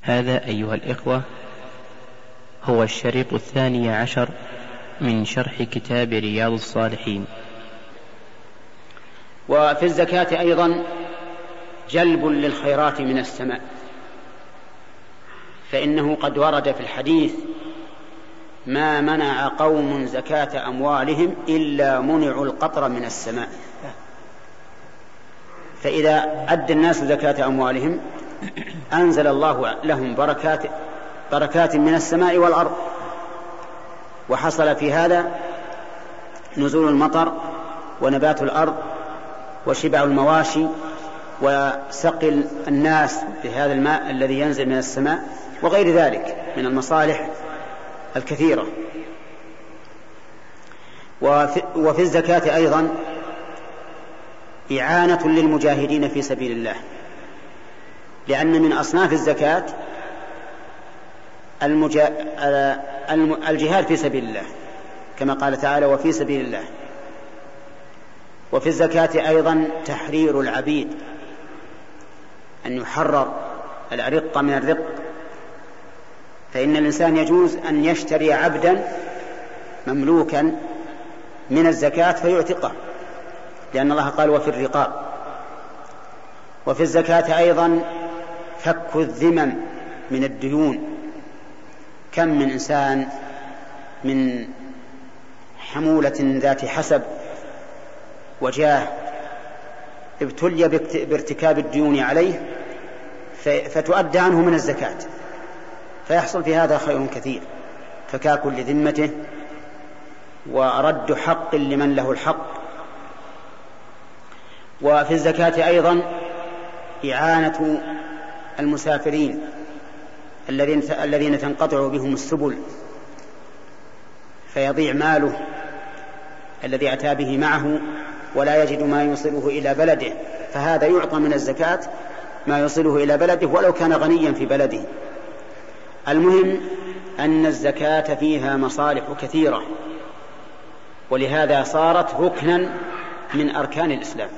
هذا أيها الإخوة هو الشريط 12 من شرح كتاب رياض الصالحين. وفي الزكاة أيضا جلب للخيرات من السماء، فإنه قد ورد في الحديث: ما منع قوم زكاة أموالهم إلا منعوا القطر من السماء. فإذا أدى الناس زكاة أموالهم أنزل الله لهم بركات من السماء والأرض، وحصل في هذا نزول المطر ونبات الأرض وشبع المواشي وسقي الناس بهذا الماء الذي ينزل من السماء وغير ذلك من المصالح الكثيرة. وفي الزكاة أيضا إعانة للمجاهدين في سبيل الله، لأن من أصناف الزكاة الجهاد في سبيل الله، كما قال تعالى: وفي سبيل الله. وفي الزكاة أيضا تحرير العبيد، أن يحرر الأرق من الرق، فإن الإنسان يجوز أن يشتري عبدا مملوكا من الزكاة فيعتقه، لأن الله قال: وفي الرقاب. وفي الزكاة أيضا فك الذمم من الديون. كم من إنسان من حمولة ذات حسب وجاه ابتلي بارتكاب الديون عليه فتؤدى عنه من الزكاة، فيحصل في هذا خير كثير: فكاك لذمته ورد حق لمن له الحق. وفي الزكاة أيضا إعانة المسافرين الذين تنقطع بهم السبل فيضيع ماله الذي أتى به معه ولا يجد ما يوصله إلى بلده، فهذا يعطى من الزكاة ما يوصله إلى بلده ولو كان غنيا في بلده. المهم أن الزكاة فيها مصالح كثيرة، ولهذا صارت ركنا من أركان الإسلام.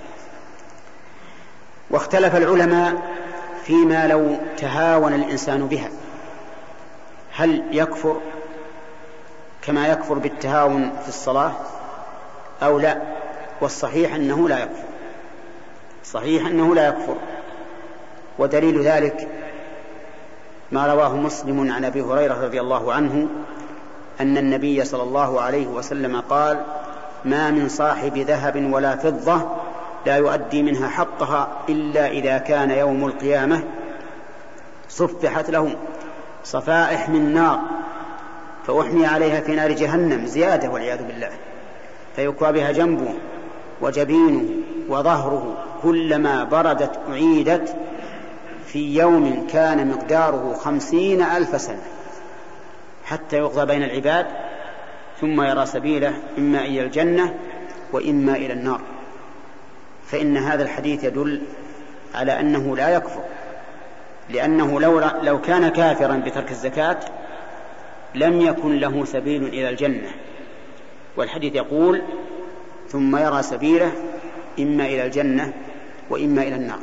واختلف العلماء فيما لو تهاون الإنسان بها، هل يكفر كما يكفر بالتهاون في الصلاة أو لا؟ والصحيح أنه لا يكفر، صحيح أنه لا يكفر. ودليل ذلك ما رواه مسلم عن أبي هريرة رضي الله عنه أن النبي صلى الله عليه وسلم قال: ما من صاحب ذهب ولا فضة لا يؤدي منها حقها إلا إذا كان يوم القيامة صفحت له صفائح من نار فأحمي عليها في نار جهنم زيادة والعياذ بالله، فيكوى بها جنبه وجبينه وظهره، كلما بردت أعيدت في يوم كان مقداره 50,000 سنة حتى يقضى بين العباد، ثم يرى سبيله إما إلى الجنة وإما إلى النار. فإن هذا الحديث يدل على أنه لا يكفر، لأنه لو كان كافرا بترك الزكاة لم يكن له سبيل إلى الجنة، والحديث يقول: ثم يرى سبيله إما إلى الجنة وإما إلى النار.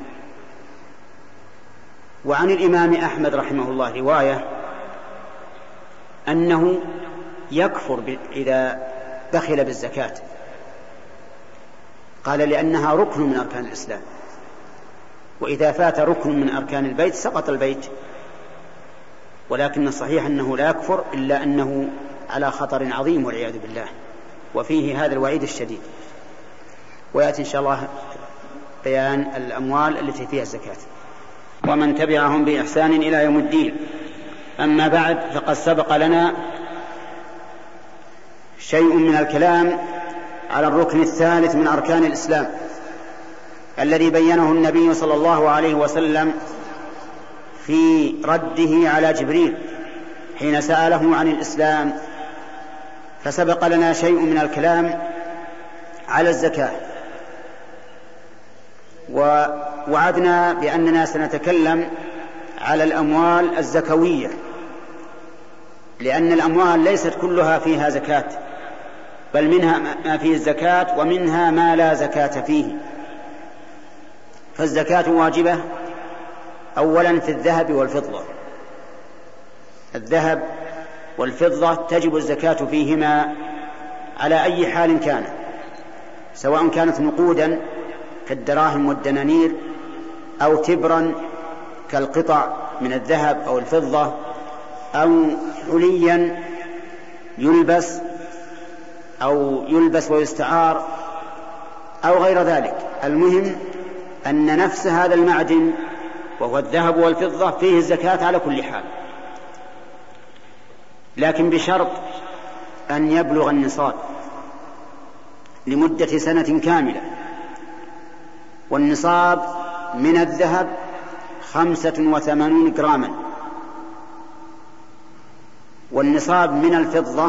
وعن الإمام أحمد رحمه الله رواية أنه يكفر إذا بخل بالزكاة، قال: لأنها ركن من أركان الإسلام، وإذا فات ركن من أركان البيت سقط البيت. ولكن الصحيح أنه لا يكفر إلا أنه على خطر عظيم والعياذ بالله، وفيه هذا الوعيد الشديد. ويأتي إن شاء الله بيان الأموال التي فيها الزكاة. ومن تبعهم بإحسان إلى يوم الدين. أما بعد، فقد سبق لنا شيء من الكلام على الركن الثالث من أركان الإسلام الذي بينه النبي صلى الله عليه وسلم في رده على جبريل حين سأله عن الإسلام. فسبق لنا شيء من الكلام على الزكاة، ووعدنا بأننا سنتكلم على الأموال الزكوية، لأن الأموال ليست كلها فيها زكاة، بل منها ما فيه الزكاة ومنها ما لا زكاة فيه. فالزكاة واجبة أولا في الذهب والفضة، الذهب والفضة تجب الزكاة فيهما على أي حال كان، سواء كانت نقودا كالدراهم والدنانير، أو تبرا كالقطع من الذهب أو الفضة، أو حليا يلبس ويستعار أو غير ذلك. المهم أن نفس هذا المعدن وهو الذهب والفضة فيه الزكاة على كل حال، لكن بشرط أن يبلغ النصاب لمدة سنة كاملة. والنصاب من الذهب 85 جراما، والنصاب من الفضة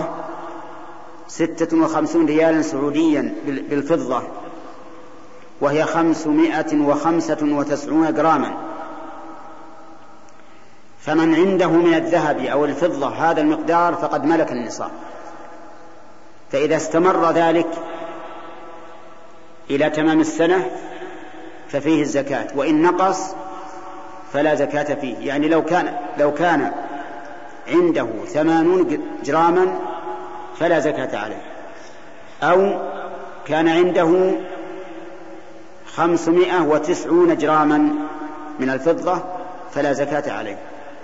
56 ريالا سعوديا بالفضة، وهي 595 جراما. فمن عنده من الذهب أو الفضة هذا المقدار فقد ملك النصاب. فإذا استمر ذلك إلى تمام السنة ففيه الزكاة، وإن نقص فلا زكاة فيه. يعني لو كان عنده 80 جراما فلا زكاة عليه، أو كان عنده 590 جراما من الفضة فلا زكاة عليه.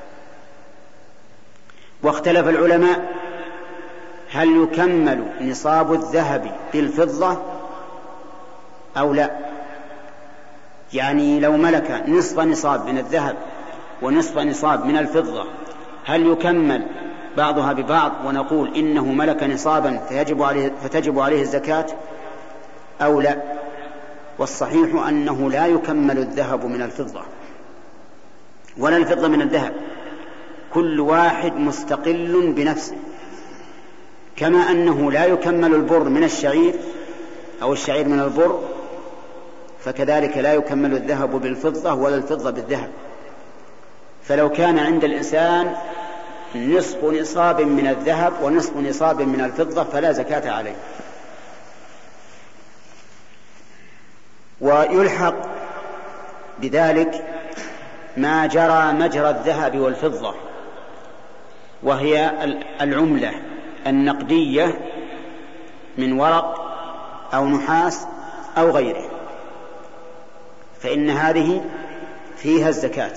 واختلف العلماء هل يكمل نصاب الذهب بالفضة أو لا. يعني لو ملك نصف نصاب من الذهب ونصف نصاب من الفضة هل يكمل بعضها ببعض ونقول إنه ملك نصابا فتجب عليه الزكاة أو لا؟ والصحيح أنه لا يكمل الذهب من الفضة ولا الفضة من الذهب، كل واحد مستقل بنفسه، كما أنه لا يكمل البر من الشعير أو الشعير من البر، فكذلك لا يكمل الذهب بالفضة ولا الفضة بالذهب. فلو كان عند الإنسان نصف نصاب من الذهب ونصف نصاب من الفضة فلا زكاة عليه. ويلحق بذلك ما جرى مجرى الذهب والفضة، وهي العملة النقدية من ورق أو نحاس أو غيره، فإن هذه فيها الزكاة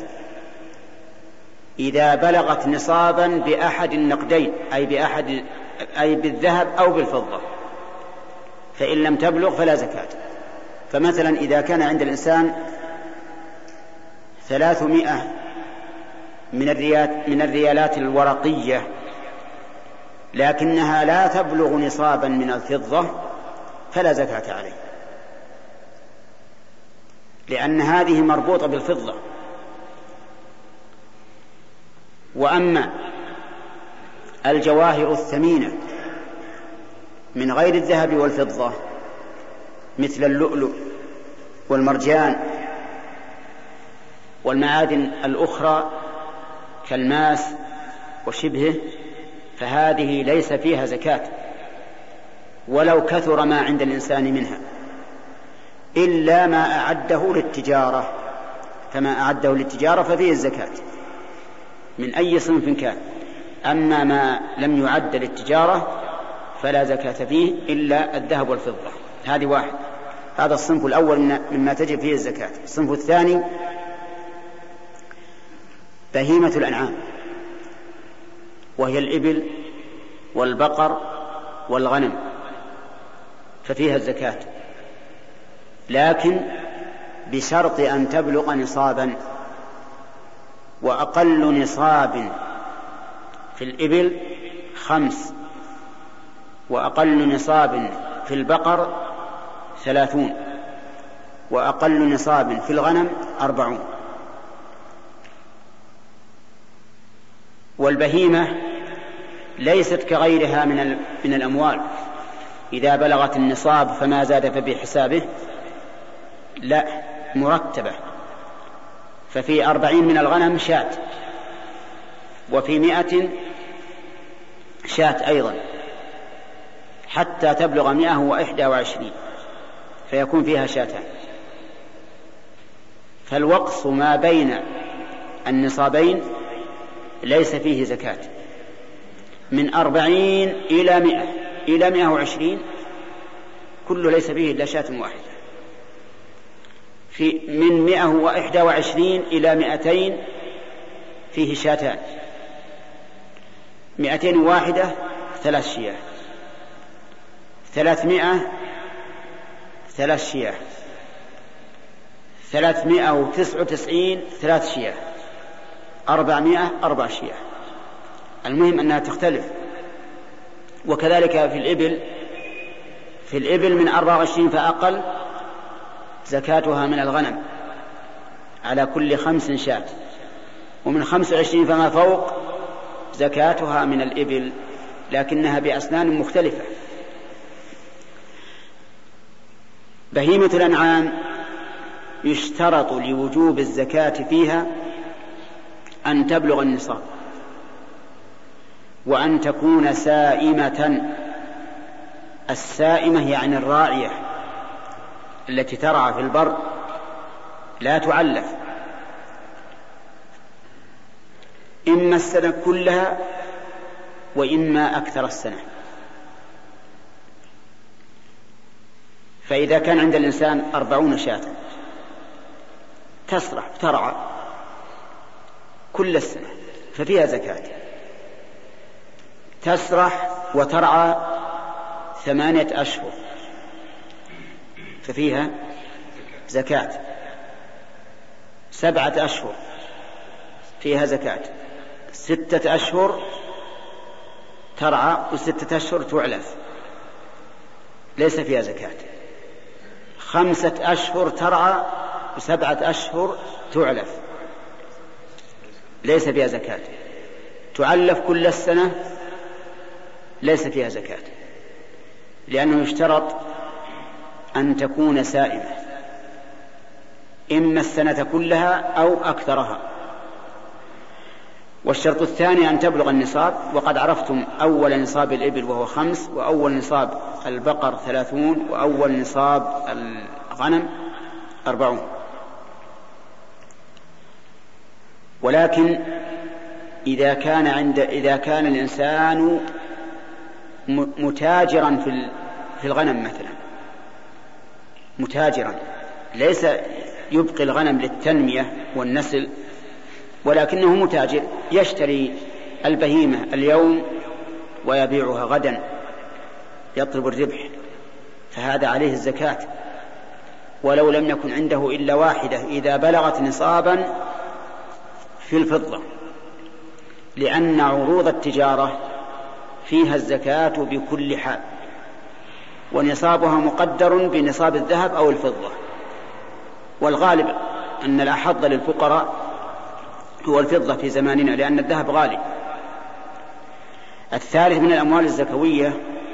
إذا بلغت نصابا بأحد النقدين، أي بالذهب أو بالفضة. فإن لم تبلغ فلا زكاة. فمثلا إذا كان عند الإنسان 300 من الريالات الورقية لكنها لا تبلغ نصابا من الفضة فلا زكاة عليه، لأن هذه مربوطة بالفضة. وأما الجواهر الثمينة من غير الذهب والفضة مثل اللؤلؤ والمرجان والمعادن الأخرى كالماس وشبهه، فهذه ليس فيها زكاة ولو كثر ما عند الإنسان منها، إلا ما أعده للتجارة، فما أعده للتجارة ففيه الزكاة من أي صنف كان. أما ما لم يعد للتجارة فلا زكاة فيه إلا الذهب والفضة. هذه واحد، هذا الصنف الأول مما تجب فيه الزكاة. الصنف الثاني بهيمة الأنعام، وهي الإبل والبقر والغنم، ففيها الزكاة، لكن بشرط أن تبلغ نصابا. وأقل نصاب في الإبل 5، وأقل نصاب في البقر 30، وأقل نصاب في الغنم 40. والبهيمة ليست كغيرها من الأموال، إذا بلغت النصاب فما زاد فبحسابه، لا، مرتبة. ففي 40 من الغنم شاة، وفي 100 شاة أيضا، حتى تبلغ 121 فيكون فيها شاتان. فالوقص ما بين النصابين ليس فيه زكاة. من 40 إلى 100 إلى 120 كله ليس فيه إلا شاة واحدة. من 121 إلى 200 فيه شاتان. 201 3 شياه. 300 3 شياه. 399 3 شياه. 400 4 شياه. المهم أنها تختلف. وكذلك في الإبل من 24 فأقل زكاتها من الغنم على كل 5 شاة، ومن 25 فما فوق زكاتها من الإبل، لكنها بأسنان مختلفة. بهيمة الأنعام يشترط لوجوب الزكاة فيها أن تبلغ النصاب، وأن تكون سائمة. السائمة يعني الراعية التي ترعى في البر لا تعلف، إما السنة كلها وإما أكثر السنة. فإذا كان عند الإنسان 40 شاة تسرح ترعى كل السنة ففيها زكاة. تسرح وترعى 8 أشهر ففيها زكاة. 7 أشهر فيها زكاة. 6 أشهر ترعى و6 أشهر تعلف ليس فيها زكاة. 5 أشهر ترعى و7 أشهر تعلف ليس فيها زكاة. تعلف كل السنة ليس فيها زكاة، لأنه يشترط أن تكون سائمة إما السنة كلها أو أكثرها. والشرط الثاني أن تبلغ النصاب، وقد عرفتم أول نصاب الإبل وهو 5، وأول نصاب البقر 30، وأول نصاب الغنم 40. ولكن إذا كان الإنسان متاجرا في الغنم مثلا، متاجرا ليس يبقي الغنم للتنمية والنسل، ولكنه متاجر يشتري البهيمة اليوم ويبيعها غدا يطلب الربح، فهذا عليه الزكاة ولو لم يكن عنده إلا واحدة إذا بلغت نصابا في الفضة، لأن عروض التجارة فيها الزكاة بكل حال، ونصابها مقدر بنصاب الذهب أو الفضة. والغالب أن الأحظ للفقراء هو الفضة في زماننا، لأن الذهب غالي. الثالث من الأموال الزكوية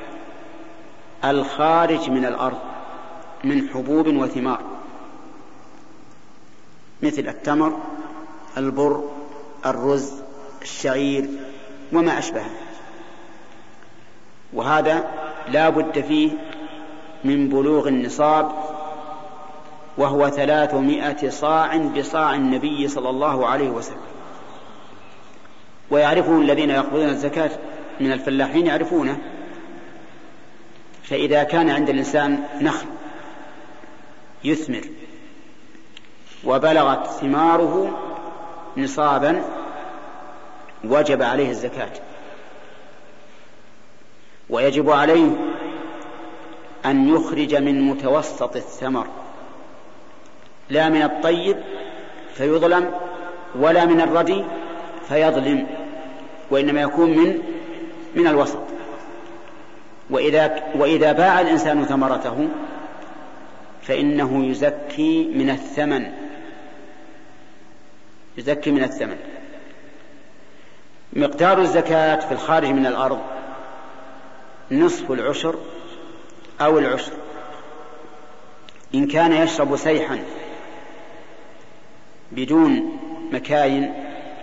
الخارج من الأرض من حبوب وثمار، مثل التمر، البر، الرز، الشعير وما أشبهه، وهذا لا بد فيه من بلوغ النصاب، وهو 300 صاع بصاع النبي صلى الله عليه وسلم. ويعرفه الذين يقبضون الزكاة من الفلاحين يعرفونه. فإذا كان عند الإنسان نخل يثمر وبلغت ثماره نصابا وجب عليه الزكاة، ويجب عليه أن يخرج من متوسط الثمر، لا من الطيب فيظلم ولا من الردي فيظلم، وإنما يكون من الوسط. وإذا باع الإنسان ثمرته فإنه يزكي من الثمن، يزكي من الثمن. مقدار الزكاة في الخارج من الأرض نصف العشر أو العشر، إن كان يشرب سيحا بدون مكاين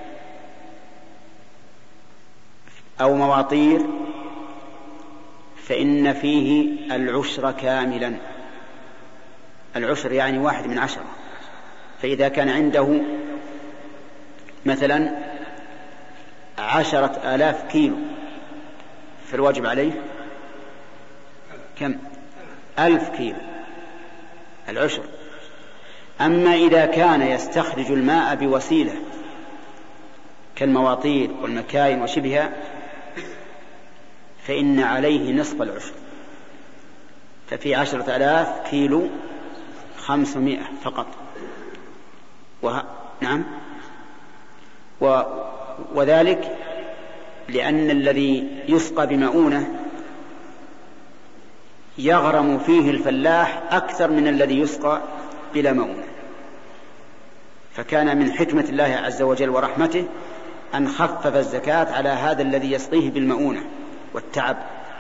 أو مواطير فإن فيه العشر كاملا. العشر يعني 1/10. فإذا كان عنده مثلا 10,000 كيلو فالواجب عليه كم؟ 1000 كيلو العشر. أما إذا كان يستخرج الماء بوسيلة كالمواطير والمكاين وشبهها فإن عليه نصف العشر، ففي 10,000 كيلو 500 فقط. نعم، وذلك لأن الذي يسقى بمؤونة يغرم فيه الفلاح أكثر من الذي يسقى بلا مؤونة، فكان من حكمة الله عز وجل ورحمته أن خفف الزكاة على هذا الذي يسقيه بالمؤونة والتعب.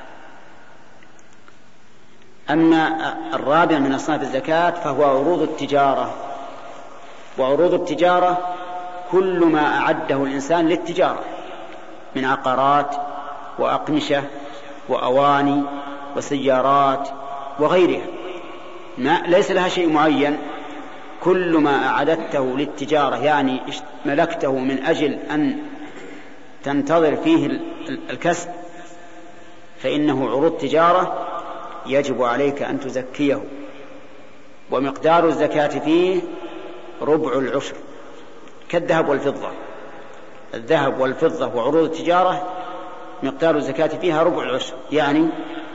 أما الرابع من أصناف الزكاة فهو عروض التجارة. وعروض التجارة كل ما أعده الإنسان للتجارة من عقارات وأقمشة وأواني وسيارات وغيرها، ليس لها شيء معين، كل ما أعددته للتجارة يعني ملكته من أجل أن تنتظر فيه الكسب فإنه عروض تجارة يجب عليك أن تزكيه، ومقدار الزكاة فيه ربع العشر كالذهب والفضة. الذهب والفضة وعروض التجارة مقدار الزكاة فيها ربع العشر، يعني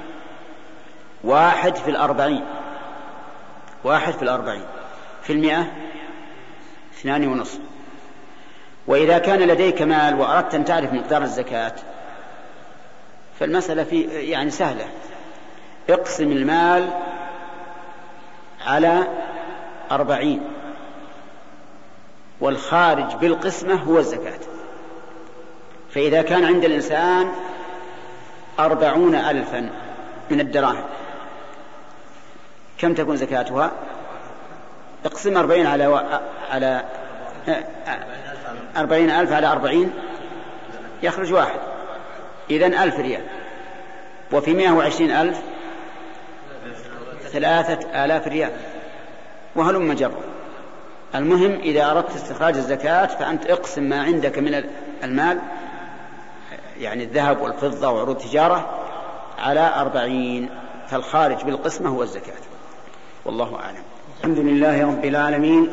1/40. 1/40 في 100 2.5. وإذا كان لديك مال وأردت أن تعرف مقدار الزكاة فالمسألة يعني سهلة، اقسم المال على 40 والخارج بالقسمة هو الزكاة. فإذا كان عند الإنسان 40,000 من الدراهم كم تكون زكاتها؟ اقسم 40 على 40,000 على 40 يخرج 1، إذن 1000 ريال. وفي 120,000 3,000 ريال، وهلم جر. المهم إذا أردت استخراج الزكاة فأنت اقسم ما عندك من المال يعني الذهب والفضة وعروض التجارة على 40، فالخارج بالقسمة هو الزكاة. والله أعلم. الحمد لله رب العالمين،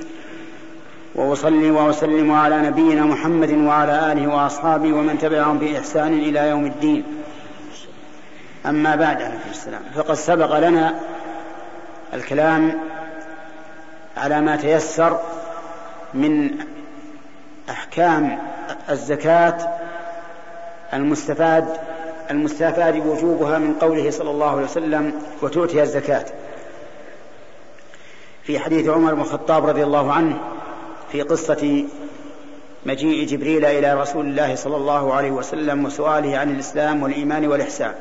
وأصلي وأسلم على نبينا محمد وعلى آله وأصحابه ومن تبعهم بإحسان إلى يوم الدين. أما بعد، عليه السلام، فقد سبق لنا الكلام على ما تيسر من أحكام الزكاة المستفاد وجوبها من قوله صلى الله عليه وسلم: وتؤتي الزكاة، في حديث عمر بن الخطاب رضي الله عنه في قصة مجيء جبريل إلى رسول الله صلى الله عليه وسلم وسؤاله عن الإسلام والإيمان والإحسان.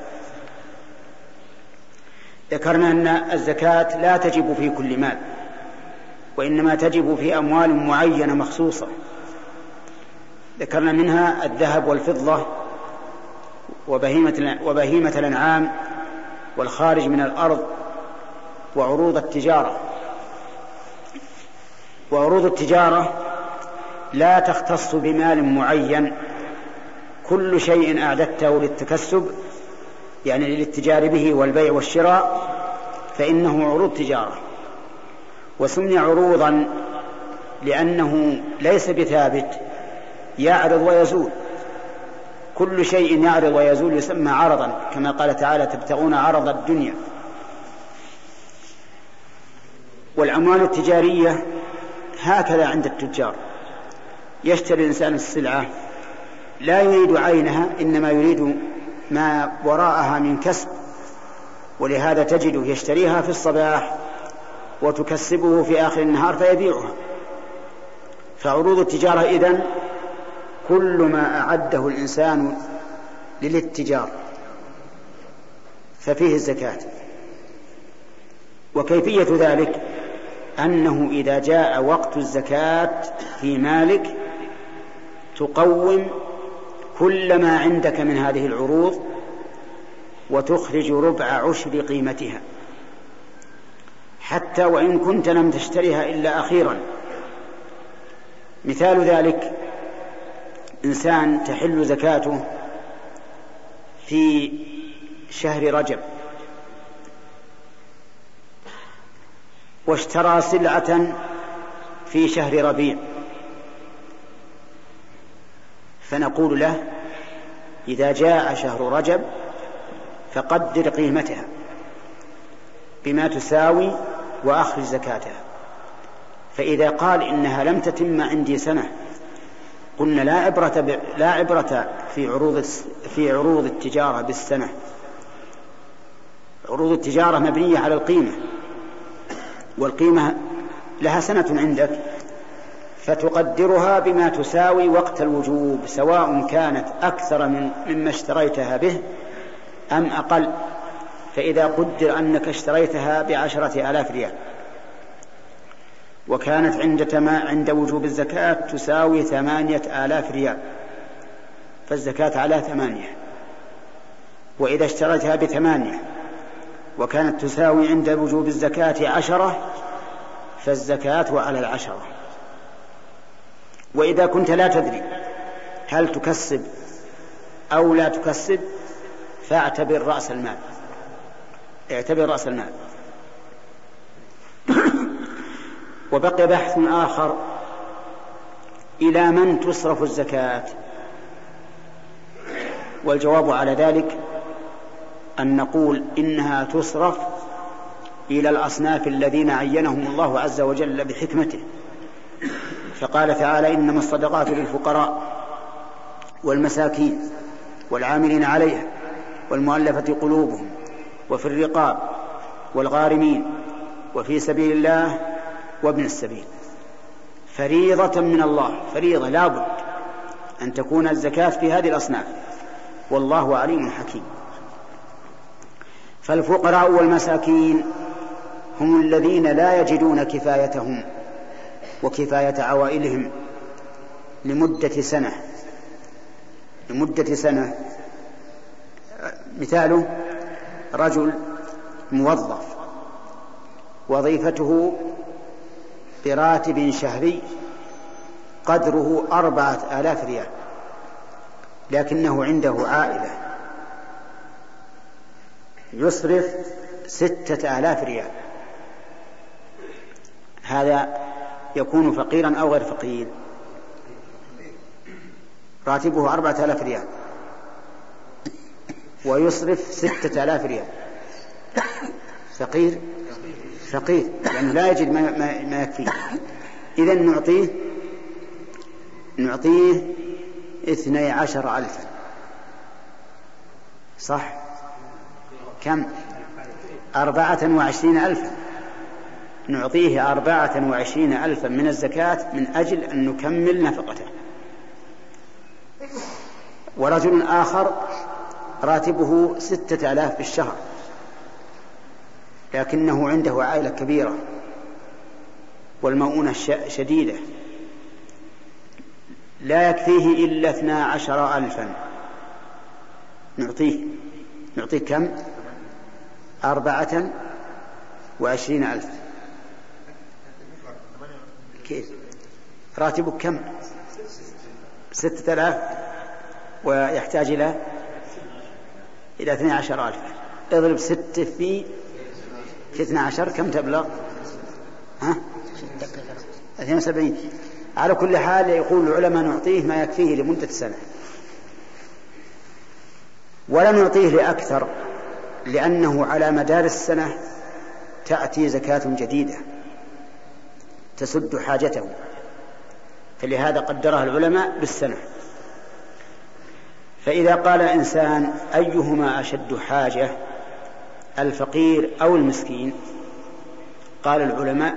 ذكرنا أن الزكاة لا تجب في كل مال، وإنما تجب في أموال معينة مخصوصة. ذكرنا منها الذهب والفضة وبهيمة الأنعام والخارج من الأرض وعروض التجارة. وعروض التجارة لا تختص بمال معين، كل شيء أعددته للتكسب يعني للاتجار به والبيع والشراء فإنه عروض تجارة. وسمي عروضا لأنه ليس بثابت، يعرض ويزول، كل شيء يعرض ويزول يسمى عرضا، كما قال تعالى: تبتغون عرض الدنيا. والأموال التجارية هكذا عند التجار، يشتري الإنسان السلعة لا يريد عينها، إنما يريد ما وراءها من كسب، ولهذا تجده يشتريها في الصباح وتكسبه في آخر النهار فيبيعها. فعروض التجارة إذن كل ما أعده الإنسان للاتجار ففيه الزكاة. وكيفية ذلك أنه إذا جاء وقت الزكاة في مالك تقوم كل ما عندك من هذه العروض وتخرج ربع عشر قيمتها، حتى وإن كنت لم تشتريها إلا أخيرا. مثال ذلك إنسان تحل زكاته في شهر رجب واشترى سلعة في شهر ربيع، فنقول له إذا جاء شهر رجب فقدر قيمتها بما تساوي وأخرج زكاتها. فإذا قال إنها لم تتم عندي سنة قلنا لا عبرة في عروض التجارة بالسنة. عروض التجارة مبنية على القيمة، والقيمة لها سنة عندك، فتقدرها بما تساوي وقت الوجوب، سواء كانت أكثر مما اشتريتها به أم أقل. فإذا قدر أنك اشتريتها ب10,000 ريال وكانت عند وجوب الزكاة تساوي 8,000 ريال، فالزكاة على 8. وإذا اشتريتها ب8 وكانت تساوي عند وجوب الزكاة 10 فالزكاة على 10. وإذا كنت لا تدري هل تكسب أو لا تكسب فاعتبر رأس المال، اعتبر رأس المال. وبقي بحث آخر: إلى من تصرف الزكاة؟ والجواب على ذلك أن نقول إنها تصرف إلى الأصناف الذين عينهم الله عز وجل بحكمته. فقال تعالى: إنما الصدقات للفقراء والمساكين والعاملين عليها والمؤلفة قلوبهم وفي الرقاب والغارمين وفي سبيل الله وابن السبيل. فريضة من الله، فريضة لا بد أن تكون الزكاة في هذه الأصناف، والله عليم حكيم. فالفقراء والمساكين هم الذين لا يجدون كفايتهم وكفاية عوائلهم لمدة سنة. مثاله: رجل موظف وظيفته براتب شهري قدره 4,000 ريال، لكنه عنده عائلة يصرف 6,000 ريال، هذا يكون فقيرا أو غير فقير؟ راتبه 4,000 ريال ويصرف 6,000 ريال، فقير لأنه لا يجد ما يكفيه. إذن نعطيه 12,000. صح؟ كم؟ 24,000. نعطيه 24,000 من الزكاة من أجل أن نكمل نفقته. ورجل آخر راتبه 6,000 في الشهر، لكنه عنده عائلة كبيرة والمؤونة شديدة، لا يكفيه إلا 12,000. نعطيه كم؟ 24,000. كيف؟ راتبك كم؟ 6,000 ويحتاج إلى 12,000. اضرب 6 في 12 كم تبلغ؟ 72. على كل حال يقول العلماء نعطيه ما يكفيه لمدة سنة، ولا نعطيه لأكثر، لأنه على مدار السنة تأتي زكاة جديدة تسد حاجته، فلهذا قدرها العلماء بالسنة. فإذا قال إنسان: أيهما أشد حاجة، الفقير أو المسكين؟ قال العلماء: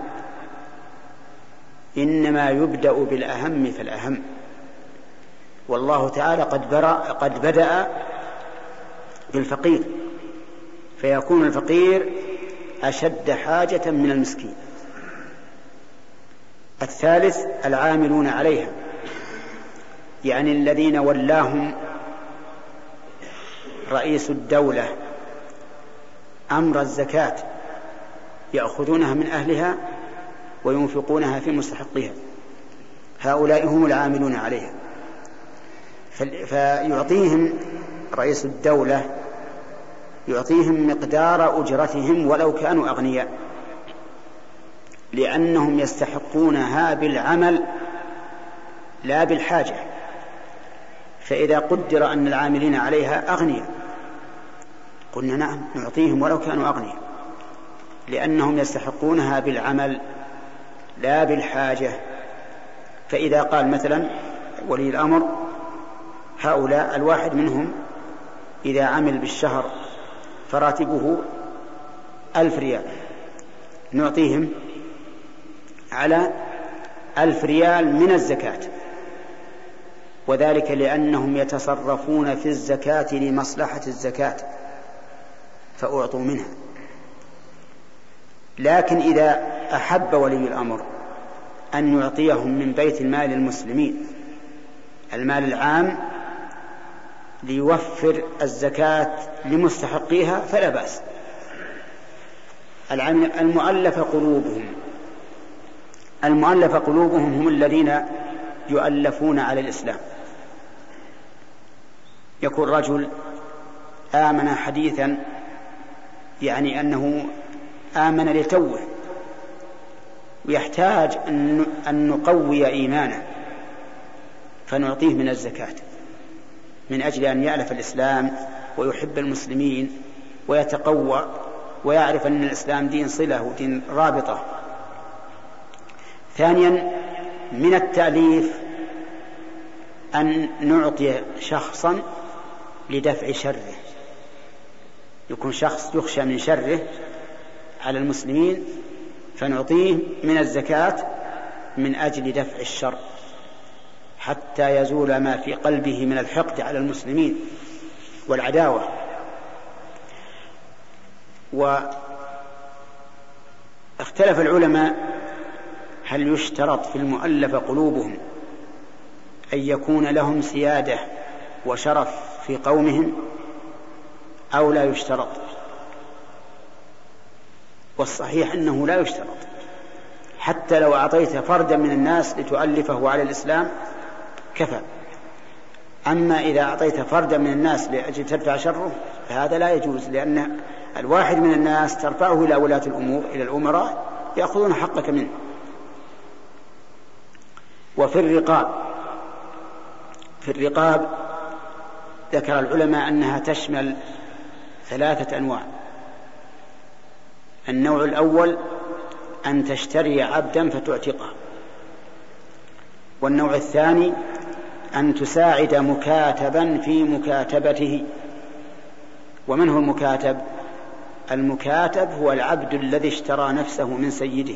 إنما يبدأ بالأهم فالأهم، والله تعالى قد بدأ بالفقير، فيكون الفقير أشد حاجة من المسكين. الثالث: العاملون عليها، يعني الذين ولاهم رئيس الدولة أمر الزكاة، يأخذونها من أهلها وينفقونها في مستحقها، هؤلاء هم العاملون عليها. فيعطيهم رئيس الدولة يعطيهم مقدار أجرتهم ولو كانوا أغنياء، لأنهم يستحقونها بالعمل لا بالحاجة. فإذا قدر أن العاملين عليها أغنياء قلنا نعم نعطيهم ولو كانوا أغنياء، لأنهم يستحقونها بالعمل لا بالحاجة. فإذا قال مثلا ولي الأمر هؤلاء الواحد منهم إذا عمل بالشهر فراتبه 1000 ريال نعطيهم على 1000 ريال من الزكاة، وذلك لأنهم يتصرفون في الزكاة لمصلحة الزكاة فأعطوا منها. لكن إذا أحب ولي الأمر أن يعطيهم من بيت المال المسلمين المال العام ليوفر الزكاة لمستحقيها فلا بأس. المؤلف قلوبهم هم الذين يؤلفون على الإسلام. يكون رجل آمن حديثا، يعني أنه آمن لتوه ويحتاج أن نقوي إيمانه فنعطيه من الزكاة من أجل أن يألف الإسلام ويحب المسلمين ويتقوى ويعرف أن الإسلام دين صلة ودين رابطة. ثانيا من التأليف أن نعطي شخصا لدفع شره، يكون شخص يخشى من شره على المسلمين فنعطيه من الزكاة من أجل دفع الشر حتى يزول ما في قلبه من الحقد على المسلمين والعداوة. واختلف العلماء هل يشترط في المؤلف قلوبهم أن يكون لهم سيادة وشرف في قومهم أو لا يشترط؟ والصحيح أنه لا يشترط، حتى لو أعطيت فردا من الناس لتؤلفه على الإسلام كفى. أما إذا أعطيت فردا من الناس لأجل تدفع شره فهذا لا يجوز، لأن الواحد من الناس ترفعه إلى ولاة الأمور إلى الأمراء يأخذون حقك منه. وفي الرقاب ذكر العلماء أنها تشمل 3 أنواع. النوع الأول أن تشتري عبدا فتعتقه، والنوع الثاني أن تساعد مكاتبا في مكاتبته. ومن هو المكاتب؟ المكاتب هو العبد الذي اشترى نفسه من سيده.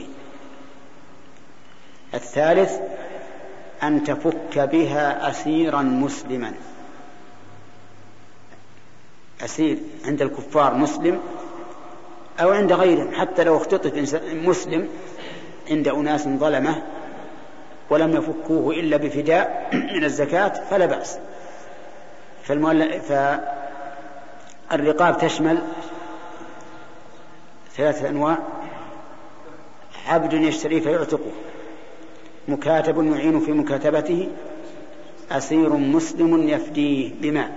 الثالث أن تفك بها أسيرا مسلما، أسير عند الكفار مسلم أو عند غيرهم، حتى لو اختطف مسلم عند أناس ظلمه ولم يفكوه إلا بفداء من الزكاة فلا بأس. فالرقاب تشمل 3 أنواع: عبد يشتري فيعتقه، مكاتب يعين في مكاتبته، أسير مسلم يفديه بماء.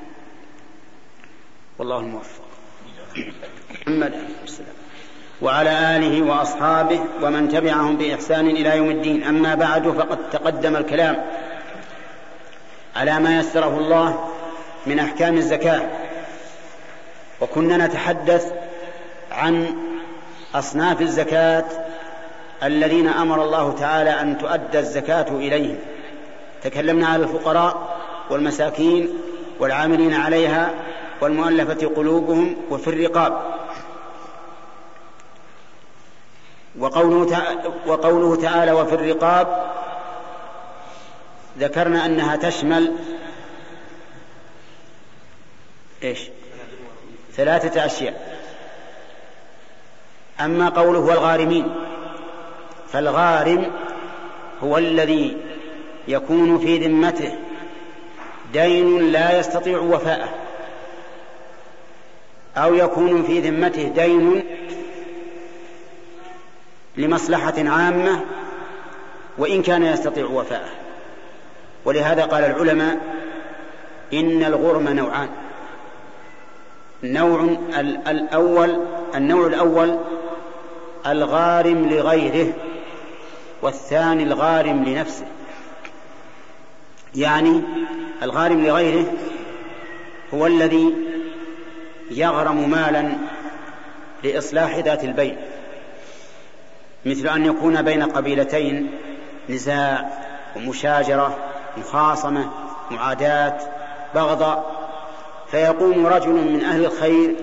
والله الموفق. محمد وعلى آله وأصحابه ومن تبعهم بإحسان إلى يوم الدين. أما بعد، فقد تقدم الكلام على ما يسره الله من أحكام الزكاة، وكنا نتحدث عن أصناف الزكاة الذين أمر الله تعالى أن تؤدى الزكاة إليهم. تكلمنا على الفقراء والمساكين والعاملين عليها والمؤلفة قلوبهم وفي الرقاب. وقوله تعالى وفي الرقاب ذكرنا أنها تشمل 3 أشياء. أما قوله والغارمين، فالغارم هو الذي يكون في ذمته دين لا يستطيع وفاءه، أو يكون في ذمته دين لمصلحة عامة وإن كان يستطيع وفاءه. ولهذا قال العلماء إن الغرم نوعان. النوع الأول الغارم لغيره، والثاني الغارم لنفسه. يعني الغارم لغيره هو الذي يغرم مالا لإصلاح ذات البين، مثل أن يكون بين قبيلتين نزاع ومشاجرة، مخاصمة، معاداة، بغضاء، فيقوم رجل من أهل الخير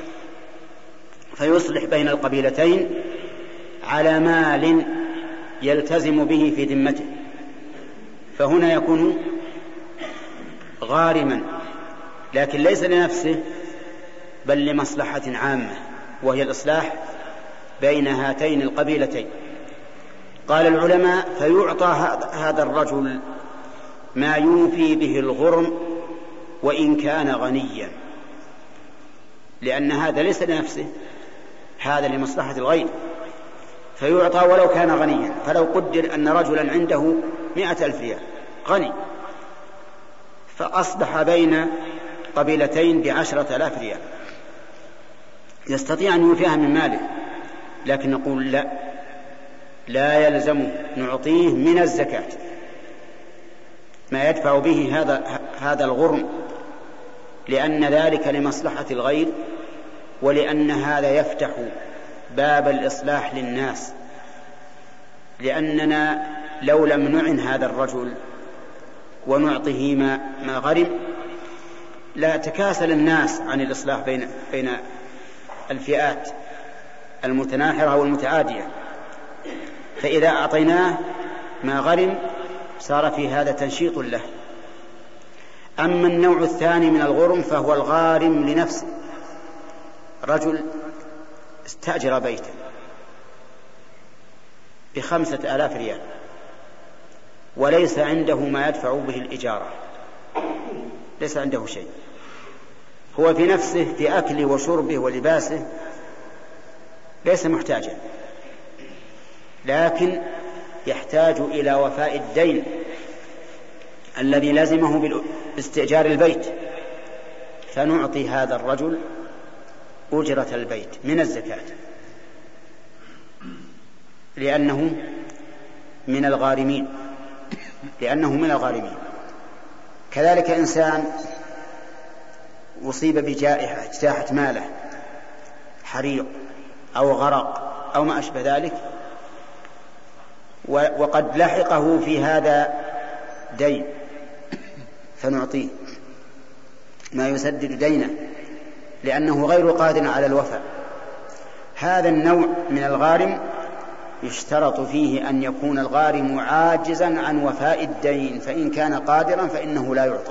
فيصلح بين القبيلتين على مال يلتزم به في ذمته، فهنا يكون غارما، لكن ليس لنفسه بل لمصلحة عامة، وهي الإصلاح بين هاتين القبيلتين. قال العلماء: فيعطى هذا الرجل ما يوفي به الغرم وإن كان غنيا، لأن هذا ليس لنفسه، هذا لمصلحة الغير، فيعطى ولو كان غنيا. فلو قدر أن رجلا عنده 100,000 ريال غني، فأصبح بين قبيلتين ب10,000 ريال، يستطيع أن يوفيها من ماله، لكن نقول لا يلزم نعطيه من الزكاة ما يدفع به هذا الغرم، لأن ذلك لمصلحة الغير، ولأن هذا يفتح باب الإصلاح للناس. لأننا لو لم نعن هذا الرجل ونعطه ما غرم لا تكاسل الناس عن الإصلاح بين الفئات المتناحرة والمتعادية، فإذا أعطيناه ما غرم صار في هذا تنشيط له. أما النوع الثاني من الغرم فهو الغارم لنفسه. رجل استأجر بيتا ب5,000 ريال وليس عنده ما يدفع به الإجارة، ليس عنده شيء، هو في نفسه في أكله وشربه ولباسه ليس محتاجا، لكن يحتاج إلى وفاء الدين الذي لازمه باستئجار البيت، فنعطي هذا الرجل أجرة البيت من الزكاة، لأنه من الغارمين. كذلك إنسان أصيب بجائحة اجتاحت ماله، حريق أو غرق أو ما أشبه ذلك، وقد لحقه في هذا دين، فنعطيه ما يسدد دينه لأنه غير قادر على الوفاء. هذا النوع من الغارم يشترط فيه أن يكون الغارم عاجزا عن وفاء الدين، فإن كان قادرا فإنه لا يعطى.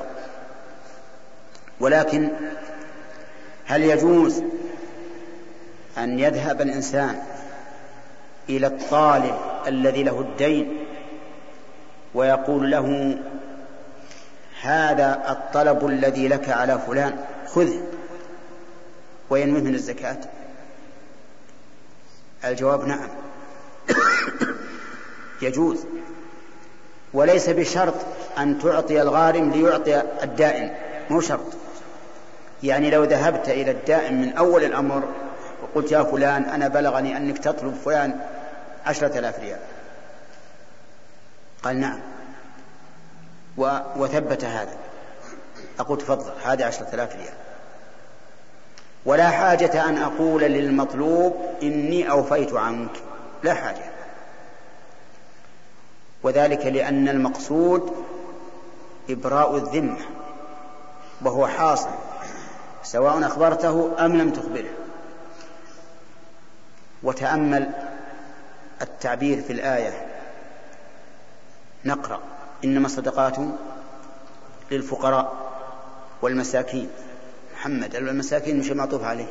ولكن هل يجوز أن يذهب الإنسان إلى الطالب الذي له الدين ويقول له: هذا الطلب الذي لك على فلان خذه، وينويه من الزكاة؟ الجواب: نعم، يجوز، وليس بشرط أن تعطي الغارم ليعطي الدائن، مو شرط. يعني لو ذهبت إلى الدائن من أول الأمر وقلت: يا فلان أنا بلغني أنك تطلب فلان 10,000 ريال، قال: نعم، وثبت هذا، أقول: تفضل، هذه 10,000 ريال، ولا حاجة أن أقول للمطلوب إني أوفيت عنك، لا حاجة. وذلك لأن المقصود إبراء الذمة، وهو حاصل سواء أخبرته أم لم تخبره. وتأمل التعبير في الآية، نقرأ: إنما الصدقات للفقراء والمساكين. محمد، المساكين مش معطوف عليه،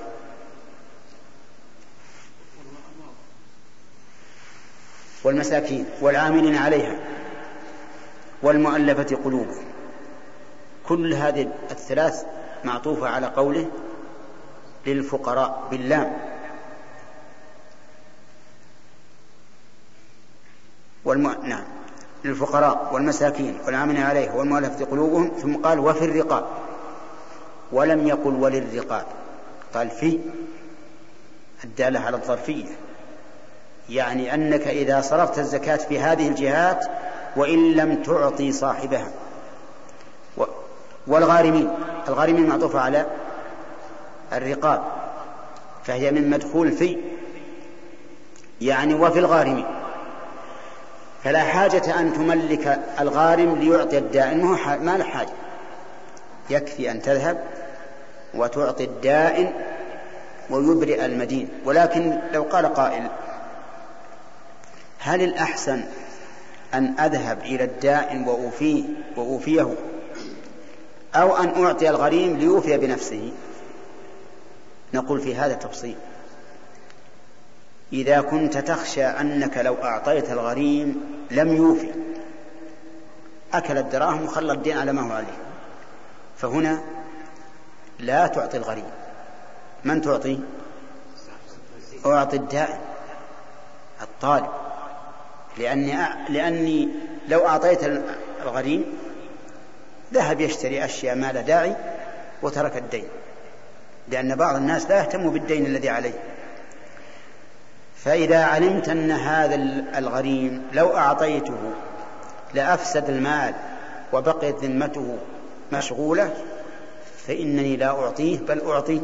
والمساكين والعاملين عليها والمؤلفة قلوبهم، كل هذه الثلاث معطوفة على قوله للفقراء باللام. نعم، للفقراء والمساكين والعاملين عليها والمؤلفة قلوبهم، ثم قال: وفي الرقاب. ولم يقل وللرقاب، قال في الدالة على الظرفية، يعني أنك إذا صرفت الزكاة في هذه الجهات وإن لم تعطي صاحبها. والغارمين معطوفة على الرقاب، فهي من مدخول في، يعني وفي الغارمين، فلا حاجة أن تملك الغارم ليعطي الدائن، ما له حاجة، يكفي أن تذهب وتعطي الدائن ويبرئ المدين. ولكن لو قال قائل هل الأحسن أن أذهب إلى الدائن وأوفيه أو أن أعطي الغريم ليوفي بنفسه؟ نقول في هذا تفصيل. إذا كنت تخشى أنك لو أعطيت الغريم لم يوفي أكل الدراهم وخلى الدين على ما هو عليه، فهنا لا تعطي الغريم. من تعطي؟ أعطي الدائن الطالب، لأني لو أعطيت الغريم ذهب يشتري أشياء ما لا داعي وترك الدين، لأن بعض الناس لا يهتم بالدين الذي عليه. فإذا علمت أن هذا الغريم لو أعطيته لأفسد المال وبقيت ذمته مشغولة، فإنني لا أعطيه بل أعطي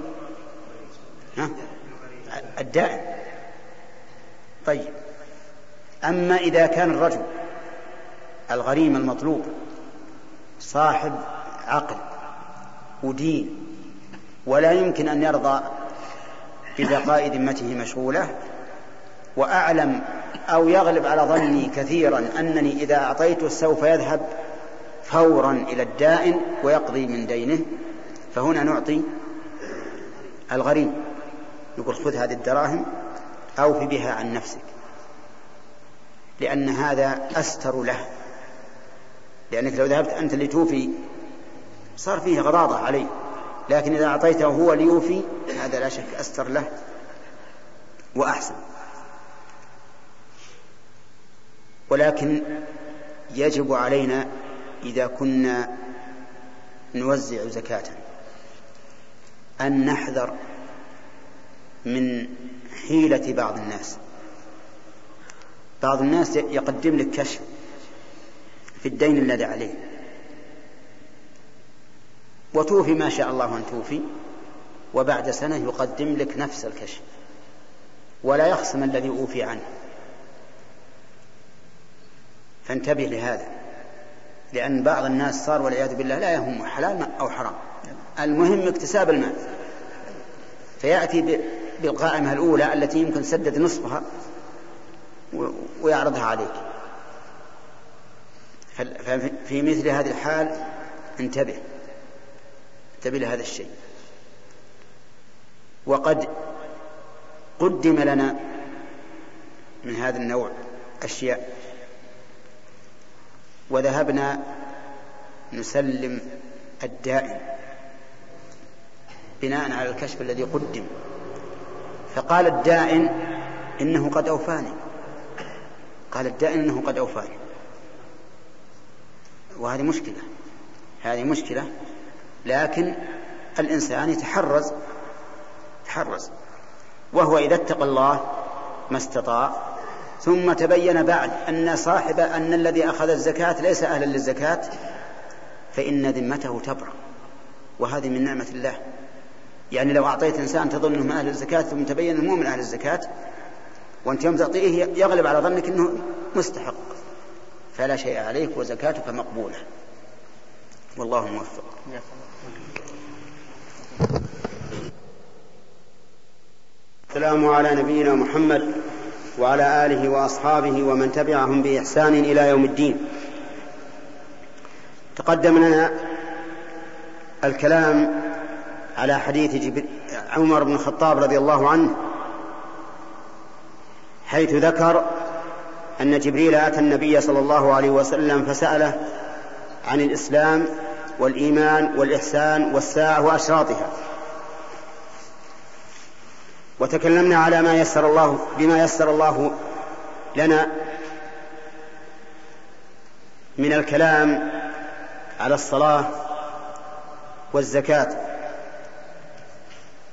الدائن. طيب، أما إذا كان الرجل الغريم المطلوب صاحب عقل ودين ولا يمكن أن يرضى ببقاء ذمته مشغولة، وأعلم أو يغلب على ظني كثيرا أنني إذا أعطيته سوف يذهب فورا إلى الدائن ويقضي من دينه، فهنا نعطي الغريم، نقول خذ هذه الدراهم أوفي بها عن نفسك، لأن هذا أستر له، لأنك لو ذهبت أنت لتوفي صار فيه غضاضة عليه، لكن إذا أعطيته هو ليوفي هذا لا شك أستر له وأحسن. ولكن يجب علينا إذا كنا نوزع زكاة أن نحذر من حيلة بعض الناس. بعض الناس يقدم لك كشف في الدين الذي عليه وتوفي ما شاء الله أن توفي، وبعد سنة يقدم لك نفس الكشف ولا يخصم الذي أوفي عنه. فانتبه لهذا، لأن بعض الناس صار والعياذ بالله لا يهم حلال أو حرام، المهم اكتساب المال، فيأتي بالقائمة الأولى التي يمكن سدد نصفها ويعرضها عليك. ففي مثل هذه الحال انتبه لهذا الشيء. وقد قدم لنا من هذا النوع أشياء وذهبنا نسلم الدائن بناء على الكشف الذي قدم، فقال الدائن إنه قد أوفاني، وهذه مشكلة. لكن الإنسان يتحرز، وهو إذا اتقى الله ما استطاع، ثم تبين بعد أن الذي أخذ الزكاة ليس أهلا للزكاة، فإن ذمته تبرأ، وهذه من نعمة الله. يعني لو أعطيت إنسان تظن أنه من أهل الزكاة ثم تبين أنه من أهل الزكاة، وأنت يوم تعطيه يغلب على ظنك أنه مستحق، فلا شيء عليك وزكاتك مقبولة، والله موفق. السلام على نبينا محمد وعلى آله وأصحابه ومن تبعهم بإحسان إلى يوم الدين. تقدم لنا الكلام على حديث عمر بن الخطاب رضي الله عنه، حيث ذكر أن جبريل أتى النبي صلى الله عليه وسلم فسأله عن الإسلام والإيمان والإحسان والساعة وأشراطها، وتكلمنا على بما يسر الله لنا من الكلام على الصلاة والزكاة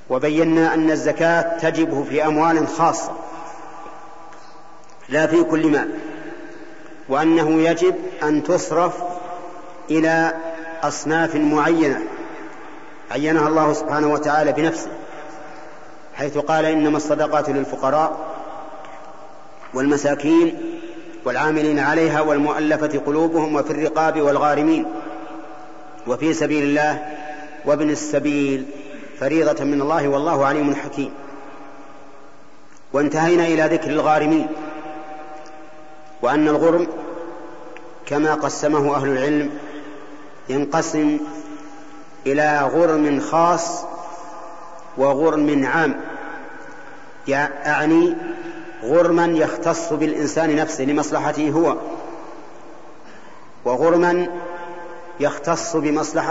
وبينا أن الزكاة تجب في أموال خاصة لا في كل مال، وأنه يجب أن تصرف إلى أصناف معينة عينها الله سبحانه وتعالى بنفسه، حيث قال إنما الصدقات للفقراء والمساكين والعاملين عليها والمؤلفة قلوبهم وفي الرقاب والغارمين وفي سبيل الله وابن السبيل فريضة من الله والله عليم حكيم. وانتهينا إلى ذكر الغارمين، وأن الغرم كما قسمه أهل العلم ينقسم إلى غرم خاص وغرم عام، يعني غرما يختص بالإنسان نفسه لمصلحته هو، وغرما يختص بمصلحة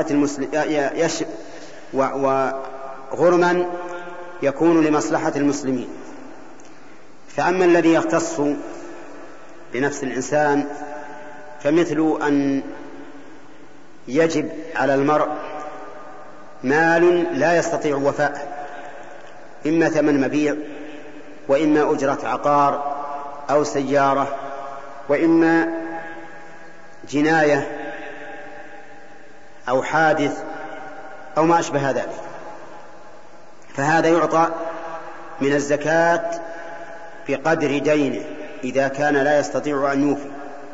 وغرما يكون لمصلحة المسلمين. فأما الذي يختص بنفس الإنسان فمثل أن يجب على المرء مال لا يستطيع وفاءه، إما ثمن مبيع، وإما أجرة عقار أو سيارة، وإما جناية أو حادث أو ما أشبه ذلك، فهذا يعطى من الزكاة بقدر دينه إذا كان لا يستطيع أن يوفي.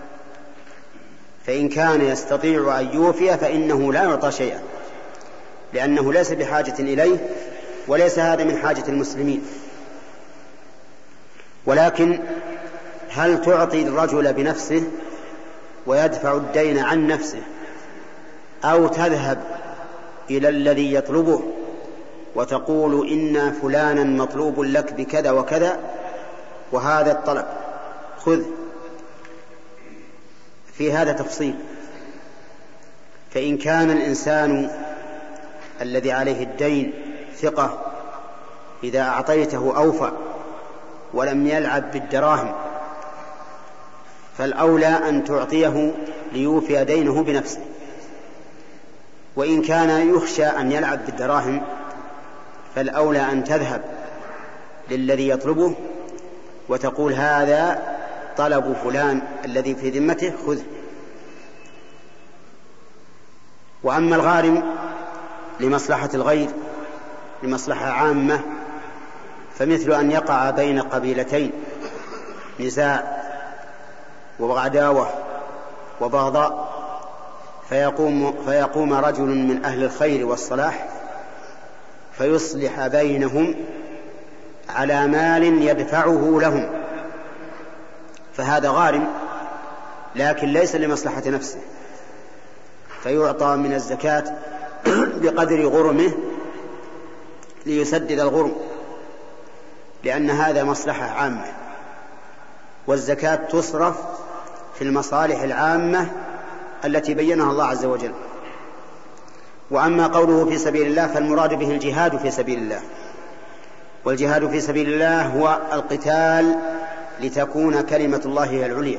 فإن كان يستطيع أن يوفي فإنه لا يعطى شيئا، لأنه ليس بحاجة إليه، وليس هذا من حاجة المسلمين. ولكن هل تعطي الرجل بنفسه ويدفع الدين عن نفسه، أو تذهب إلى الذي يطلبه وتقول إن فلانا مطلوب لك بكذا وكذا وهذا الطلب خذ؟ في هذا تفصيل. فإن كان الإنسان الذي عليه الدين ثقة إذا أعطيته أوفى ولم يلعب بالدراهم، فالأولى أن تعطيه ليوفي دينه بنفسه. وإن كان يخشى أن يلعب بالدراهم فالأولى أن تذهب للذي يطلبه وتقول هذا طلب فلان الذي في ذمته خذه. وأما الغارم لمصلحة الغير، لمصلحة عامة، فمثل أن يقع بين قبيلتين نزاع وعداوة وبغضاء، فيقوم رجل من أهل الخير والصلاح فيصلح بينهم على مال يدفعه لهم، فهذا غارم لكن ليس لمصلحة نفسه، فيعطى من الزكاة بقدر غرمه ليسدد الغرم، لأن هذا مصلحة عامة، والزكاة تصرف في المصالح العامة التي بينها الله عز وجل. وأما قوله في سبيل الله فالمراد به الجهاد في سبيل الله، والجهاد في سبيل الله هو القتال لتكون كلمة الله هي العليا،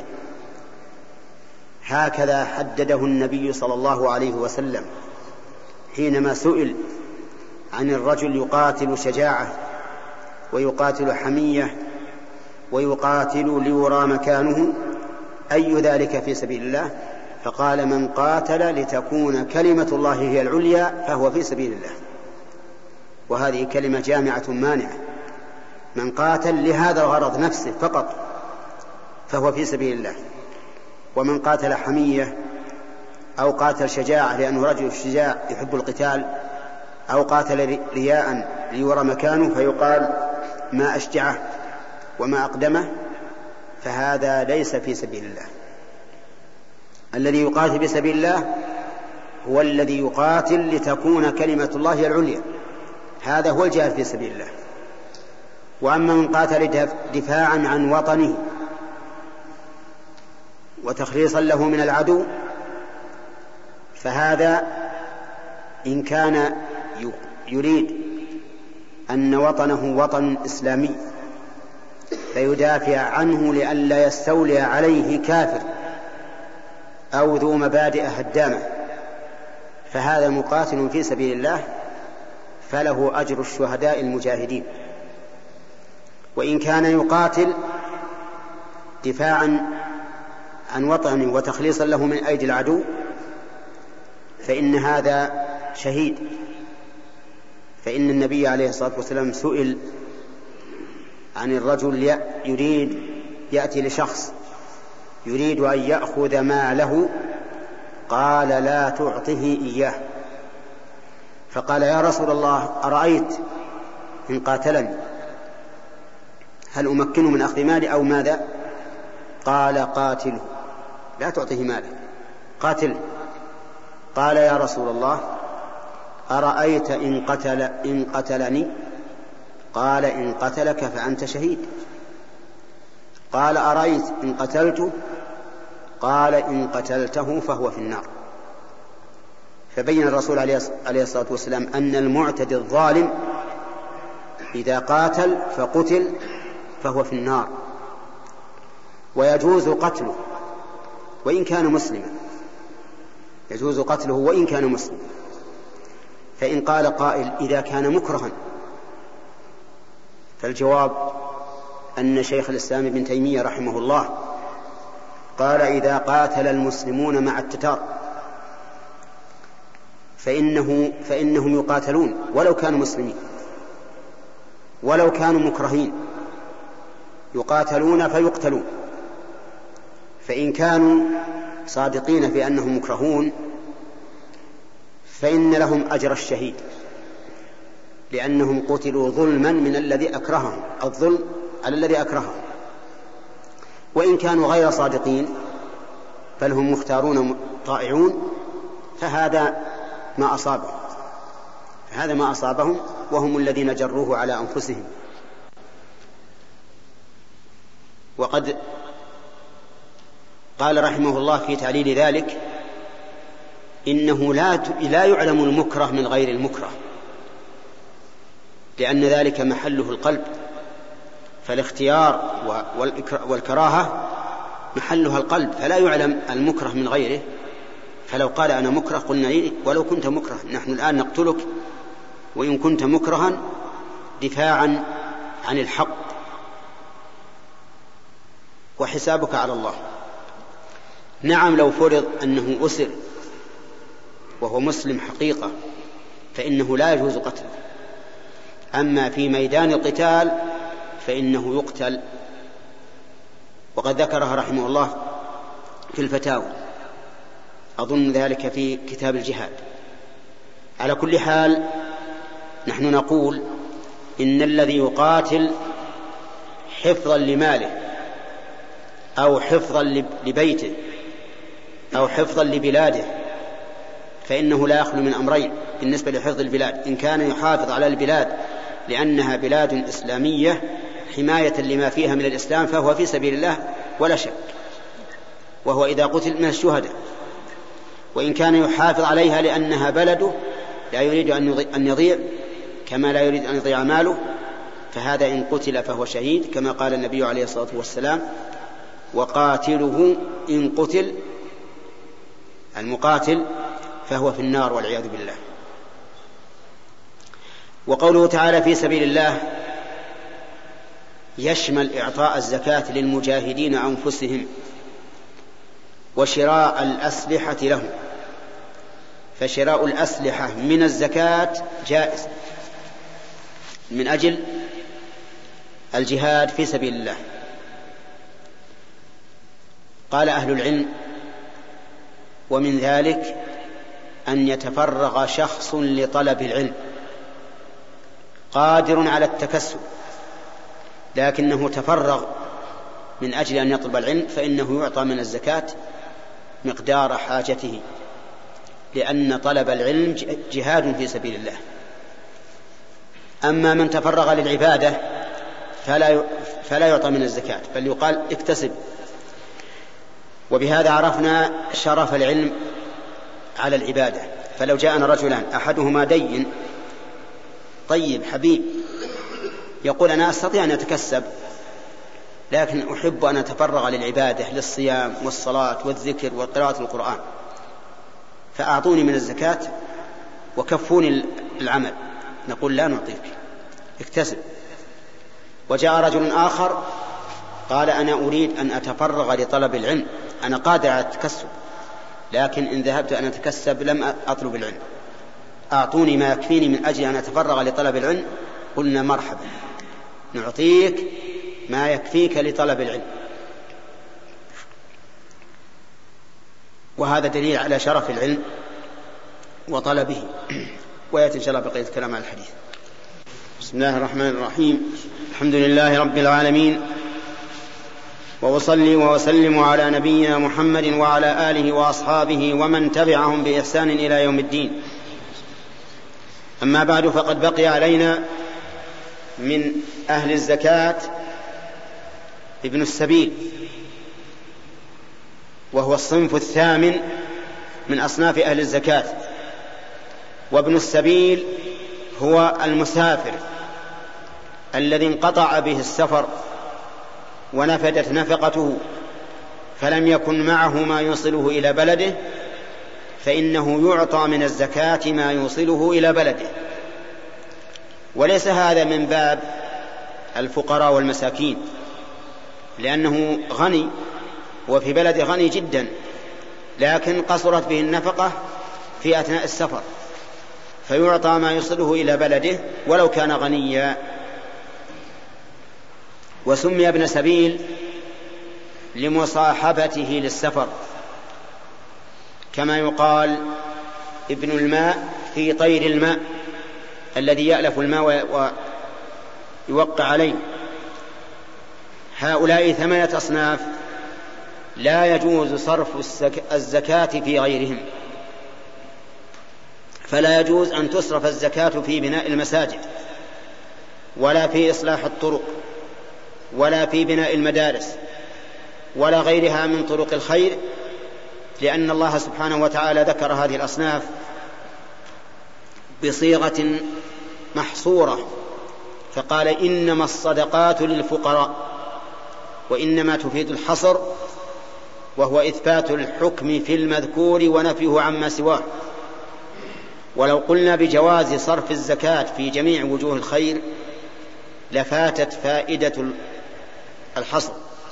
هكذا حدده النبي صلى الله عليه وسلم حينما سئل عن الرجل يقاتل شجاعة ويقاتل حمية ويقاتل ليرى مكانه أي ذلك في سبيل الله، فقال من قاتل لتكون كلمة الله هي العليا فهو في سبيل الله. وهذه كلمة جامعة مانعة، من قاتل لهذا الغرض نفسه فقط فهو في سبيل الله، ومن قاتل حمية أو قاتل شجاعة لأنه رجل شجاع يحب القتال، أو قاتل رياء ليرى مكانه فيقال ما أشجعه وما أقدمه، فهذا ليس في سبيل الله. الذي يقاتل في سبيل الله هو الذي يقاتل لتكون كلمة الله العليا، هذا هو الجهاد في سبيل الله. وأما من قاتل دفاعا عن وطنه وتخليصا له من العدو، فهذا إن كان يريد أن وطنه وطن إسلامي فيدافع عنه لئلا يستولي عليه كافر أو ذو مبادئ هدامة، فهذا مقاتل في سبيل الله فله أجر الشهداء المجاهدين. وإن كان يقاتل دفاعا عن وطنه وتخليصا له من أيدي العدو فإن هذا شهيد. فإن النبي عليه الصلاة والسلام سئل عن الرجل يأتي لشخص يريد أن يأخذ ماله قال لا تعطه إياه، فقال يا رسول الله أرأيت إن قاتلني هل أمكنه من أخذ مالي أو ماذا؟ قال قاتله، لا تعطيه ماله، قاتله. قال يا رسول الله أرأيت إن قتلني؟ قال إن قتلك فأنت شهيد. قال أرأيت إن قتلته؟ قال إن قتلته فهو في النار. فبين الرسول عليه الصلاة والسلام أن المعتدي الظالم إذا قاتل فقتل فهو في النار، ويجوز قتله وإن كان مسلما، يجوز قتله وإن كان مسلما. فإن قال قائل إذا كان مكرها، فالجواب أن شيخ الإسلام ابن تيمية رحمه الله قال إذا قاتل المسلمون مع التتار فإنهم يقاتلون ولو كانوا مسلمين، ولو كانوا مكرهين يقاتلون فيقتلون. فإن كانوا صادقين في أنهم مكرهون فإن لهم أجر الشهيد، لأنهم قتلوا ظلما من الذي أكرههم، الظلم على الذي أكرههم. وإن كانوا غير صادقين بل هم مختارون طائعون فهذا ما أصابهم وهم الذين جروه على أنفسهم. وقد قال رحمه الله في تعليل ذلك إنه لا يعلم المكره من غير المكره، لأن ذلك محله القلب، فالاختيار والكراهة محلها القلب، فلا يعلم المكره من غيره. فلو قال أنا مكره قلنا إيه ولو كنت مكره، نحن الآن نقتلك وإن كنت مكرها دفاعا عن الحق، وحسابك على الله. نعم لو فرض أنه أسر وهو مسلم حقيقة فإنه لا يجوز قتله، أما في ميدان القتال فإنه يقتل. وقد ذكرها رحمه الله في الفتاوى، أظن ذلك في كتاب الجهاد. على كل حال نحن نقول إن الذي يقاتل حفظا لماله أو حفظا لبيته أو حفظا لبلاده فإنه لا يخلو من أمرين بالنسبة لحفظ البلاد. إن كان يحافظ على البلاد لأنها بلاد إسلامية حماية لما فيها من الإسلام فهو في سبيل الله ولا شك، وهو إذا قتل من الشهداء. وإن كان يحافظ عليها لأنها بلده لا يريد أن يضيع كما لا يريد أن يضيع ماله، فهذا إن قتل فهو شهيد، كما قال النبي عليه الصلاة والسلام وقاتله إن قتل، المقاتل فهو في النار والعياذ بالله. وقوله تعالى في سبيل الله يشمل إعطاء الزكاة للمجاهدين أنفسهم وشراء الأسلحة لهم، فشراء الأسلحة من الزكاة جائز من أجل الجهاد في سبيل الله. قال أهل العلم ومن ذلك أن يتفرغ شخص لطلب العلم قادر على التكسب لكنه تفرغ من أجل أن يطلب العلم فإنه يعطى من الزكاة مقدار حاجته، لأن طلب العلم جهاد في سبيل الله. أما من تفرغ للعبادة فلا يعطى من الزكاة بل يقال اكتسب. وبهذا عرفنا شرف العلم على العبادة. فلو جاءنا رجلان أحدهما دين طيب حبيب يقول أنا أستطيع أن أتكسب لكن أحب أن أتفرغ للعبادة للصيام والصلاة والذكر وقراءة القرآن، فأعطوني من الزكاة وكفوني العمل، نقول لا نعطيك، اكتسب. وجاء رجل آخر قال أنا أريد أن أتفرغ لطلب العلم، أنا قادر على التكسب، لكن إن ذهبت أن أتكسب لم أطلب العلم، أعطوني ما يكفيني من أجل أن أتفرغ لطلب العلم. قلنا مرحبا، نعطيك ما يكفيك لطلب العلم. وهذا دليل على شرف العلم وطلبه. ويأتي إن شاء الله بقية الكلام على الحديث. بسم الله الرحمن الرحيم. الحمد لله رب العالمين، وأصلي وأسلم على نبينا محمد وعلى آله وأصحابه ومن تبعهم بإحسان إلى يوم الدين. أما بعد، فقد بقي علينا من أهل الزكاة ابن السبيل، وهو الصنف الثامن من أصناف أهل الزكاة. وابن السبيل هو المسافر الذي انقطع به السفر ونفدت نفقته فلم يكن معه ما يوصله إلى بلده، فإنه يعطى من الزكاة ما يوصله إلى بلده. وليس هذا من باب الفقراء والمساكين، لأنه غني وفي بلد غني جدا، لكن قصرت به النفقة في أثناء السفر، فيعطى ما يوصله إلى بلده ولو كان غنيا. وسمي ابن سبيل لمصاحبته للسفر، كما يقال ابن الماء في طير الماء الذي يألف الماء ويوقع عليه. هؤلاء 8 أصناف لا يجوز صرف الزكاة في غيرهم، فلا يجوز أن تصرف الزكاة في بناء المساجد، ولا في إصلاح الطرق، ولا في بناء المدارس، ولا غيرها من طرق الخير، لأن الله سبحانه وتعالى ذكر هذه الأصناف بصيغة محصورة، فقال إنما الصدقات للفقراء، وإنما تفيد الحصر، وهو إثبات الحكم في المذكور ونفيه عما سواه. ولو قلنا بجواز صرف الزكاة في جميع وجوه الخير لفاتت فائدة الحصر،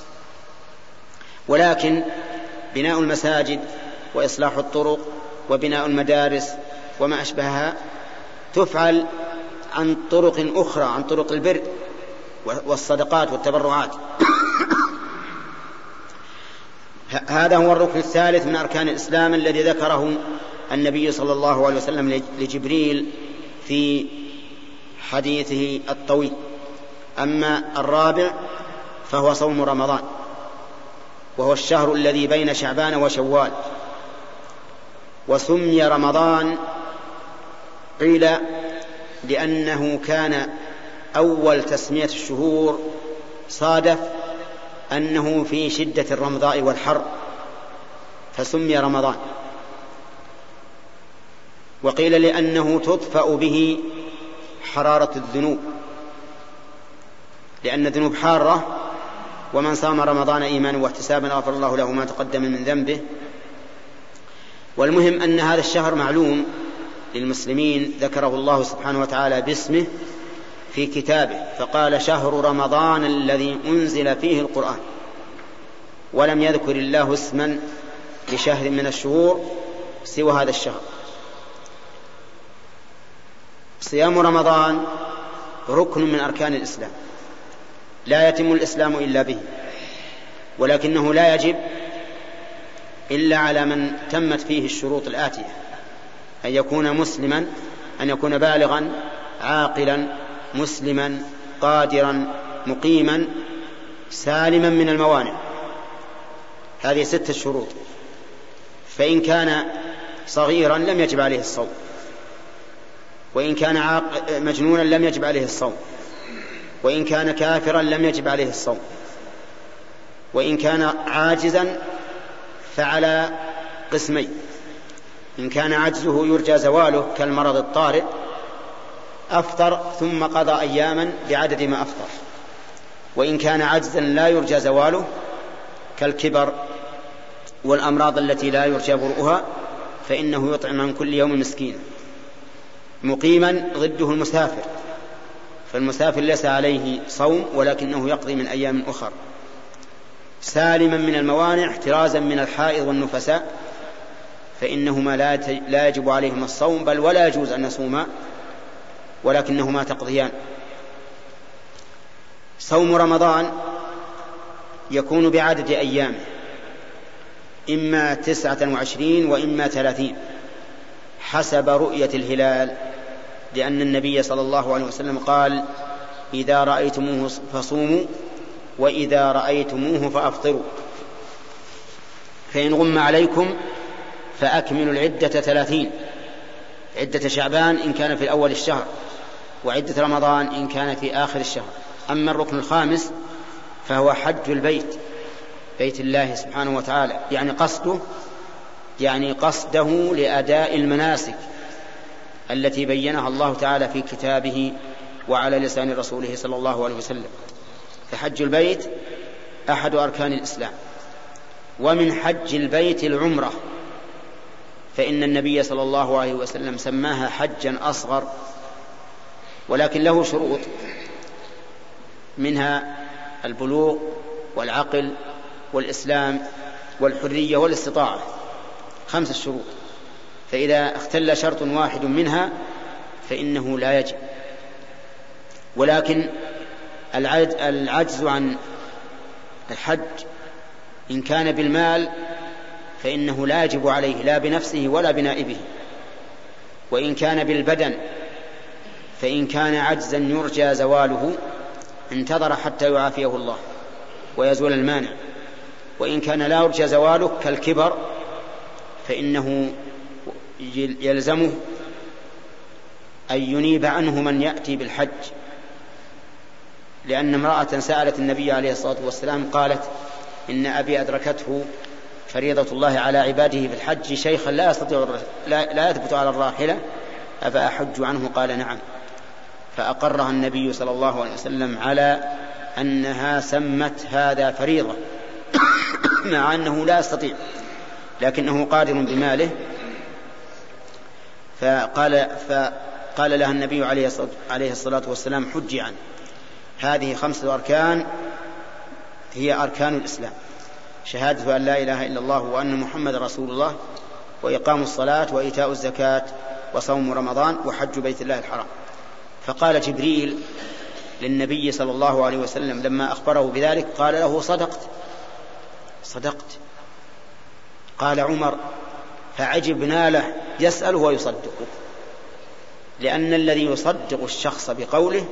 ولكن بناء المساجد وإصلاح الطرق وبناء المدارس وما أشبهها تفعل عن طرق أخرى، عن طرق البر والصدقات والتبرعات. هذا هو الركن الثالث من أركان الإسلام الذي ذكره النبي صلى الله عليه وسلم لجبريل في حديثه الطويل. أما الرابع فهو صوم رمضان، وهو الشهر الذي بين شعبان وشوال. وسمي رمضان قيل لأنه كان أول تسمية الشهور صادف أنه في شدة الرمضاء والحر فسمي رمضان. وقيل لأنه تطفأ به حرارة الذنوب، لأن الذنوب حارة، ومن صام رمضان إيمانا واحتسابا غفر الله له ما تقدم من ذنبه. والمهم أن هذا الشهر معلوم للمسلمين، ذكره الله سبحانه وتعالى باسمه في كتابه، فقال شهر رمضان الذي أنزل فيه القرآن، ولم يذكر الله اسما لشهر من الشهور سوى هذا الشهر. صيام رمضان ركن من أركان الإسلام، لا يتم الإسلام إلا به، ولكنه لا يجب إلا على من تمت فيه الشروط الآتية: أن يكون مسلما، أن يكون بالغا عاقلا مسلما قادرا مقيما سالما من الموانع. هذه 6 شروط. فإن كان صغيرا لم يجب عليه الصوم، وإن كان مجنونا لم يجب عليه الصوم، وإن كان كافرا لم يجب عليه الصوم، وإن كان عاجزا فعلى قسمين: إن كان عجزه يرجى زواله كالمرض الطارئ أفطر ثم قضى أياما بعدد ما أفطر، وإن كان عجزا لا يرجى زواله كالكبر والأمراض التي لا يرجى برؤها فإنه يطعم عن كل يوم مسكين. مقيما ضده المسافر، فالمسافر ليس عليه صوم ولكنه يقضي من أيام أخر. سالما من الموانع احترازا من الحائض والنفساء، فإنهما لا يجب عليهما الصوم، بل ولا يجوز أن يصوما، ولكنهما تقضيان. صوم رمضان يكون بعدد أيامه، إما 29 وإما 30 حسب رؤية الهلال، لأن النبي صلى الله عليه وسلم قال: إذا رأيتموه فصوموا وإذا رأيتموه فأفطروا، فإن غم عليكم فأكملوا العدة 30، عدة شعبان إن كان في الأول الشهر، وعدة رمضان إن كان في آخر الشهر. أما الركن الخامس فهو حج البيت، بيت الله سبحانه وتعالى، يعني قصده لأداء المناسك التي بينها الله تعالى في كتابه وعلى لسان رسوله صلى الله عليه وسلم. فحج البيت أحد أركان الإسلام. ومن حج البيت العمرة، فإن النبي صلى الله عليه وسلم سماها حجا أصغر، ولكن له شروط، منها البلوغ والعقل والإسلام والحرية والاستطاعة، 5 شروط، فإذا اختل شرط واحد منها فإنه لا يجب. ولكن العجز عن الحج إن كان بالمال فإنه لا يجب عليه لا بنفسه ولا بنائبه، وإن كان بالبدن فإن كان عجزا يرجى زواله انتظر حتى يعافيه الله ويزول المانع، وإن كان لا يرجى زواله كالكبر فإنه يلزمه أن ينيب عنه من يأتي بالحج. لأن امرأة سألت النبي عليه الصلاة والسلام قالت: إن أبي أدركته فريضة الله على عباده في الحج شيخا لا يثبت على الراحلة، أفأحج عنه؟ قال: نعم. فأقرها النبي صلى الله عليه وسلم على أنها سمت هذا فريضة مع أنه لا يستطيع، لكنه قادر بماله. فقال لها النبي عليه الصلاة والسلام: حجي عنه. هذه 5 أركان هي أركان الإسلام: شهادة أن لا إله إلا الله وأن محمد رسول الله، وإقام الصلاة، وإيتاء الزكاة، وصوم رمضان، وحج بيت الله الحرام. فقال جبريل للنبي صلى الله عليه وسلم لما أخبره بذلك، قال له: صدقت. قال عمر: فعجبنا له يسأله ويصدقه، لأن الذي يصدق الشخص بقوله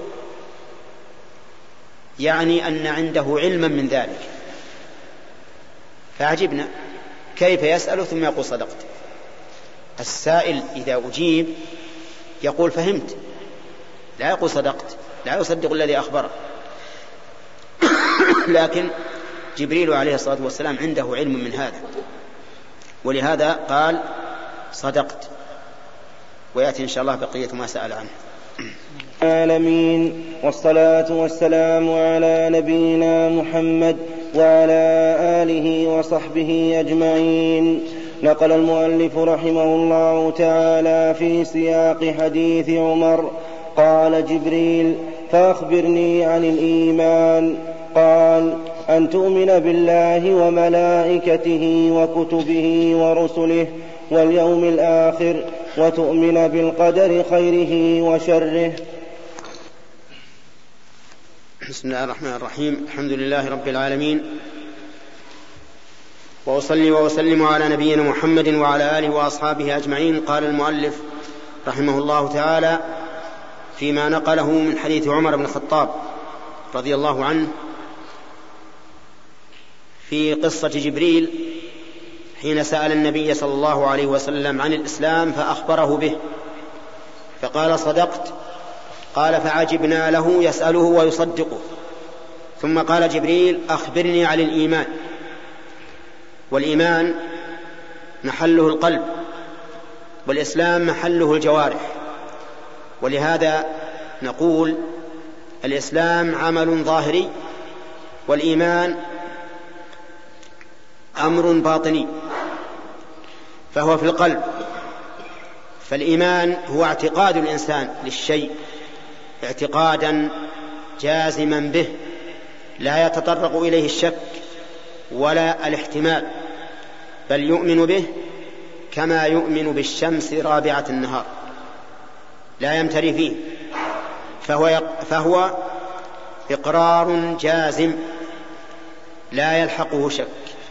يعني أن عنده علما من ذلك، فعجبنا كيف يسأله ثم يقول صدقت. السائل إذا أجيب يقول فهمت، لا يقول صدقت، لا يصدق الذي أخبره. لكن جبريل عليه الصلاة والسلام عنده علم من هذا، ولهذا قال صدقت. ويأتي إن شاء الله بقية ما سأل عنه. العالمين، والصلاة والسلام على نبينا محمد وعلى آله وصحبه أجمعين. نقل المؤلف رحمه الله تعالى في سياق حديث عمر قال جبريل: فأخبرني عن الإيمان. قال: أن تؤمن بالله وملائكته وكتبه ورسله واليوم الآخر، وتؤمن بالقدر خيره وشره. بسم الله الرحمن الرحيم. الحمد لله رب العالمين، وأصلي وأسلم على نبينا محمد وعلى آله وأصحابه أجمعين. قال المؤلف رحمه الله تعالى فيما نقله من حديث عمر بن الخطاب رضي الله عنه في قصة جبريل حين سأل النبي صلى الله عليه وسلم عن الإسلام فأخبره به، فقال صدقت. قال: فعجبنا له يسأله ويصدقه. ثم قال جبريل: أخبرني عن الإيمان. والإيمان محله القلب، والإسلام محله الجوارح. ولهذا نقول الإسلام عمل ظاهري، والإيمان أمر باطني، فهو في القلب. فالإيمان هو اعتقاد الإنسان للشيء اعتقادا جازما به لا يتطرق إليه الشك ولا الاحتمال، بل يؤمن به كما يؤمن بالشمس رابعة النهار لا يمتري فيه، فهو إقرار جازم لا يلحقه شك،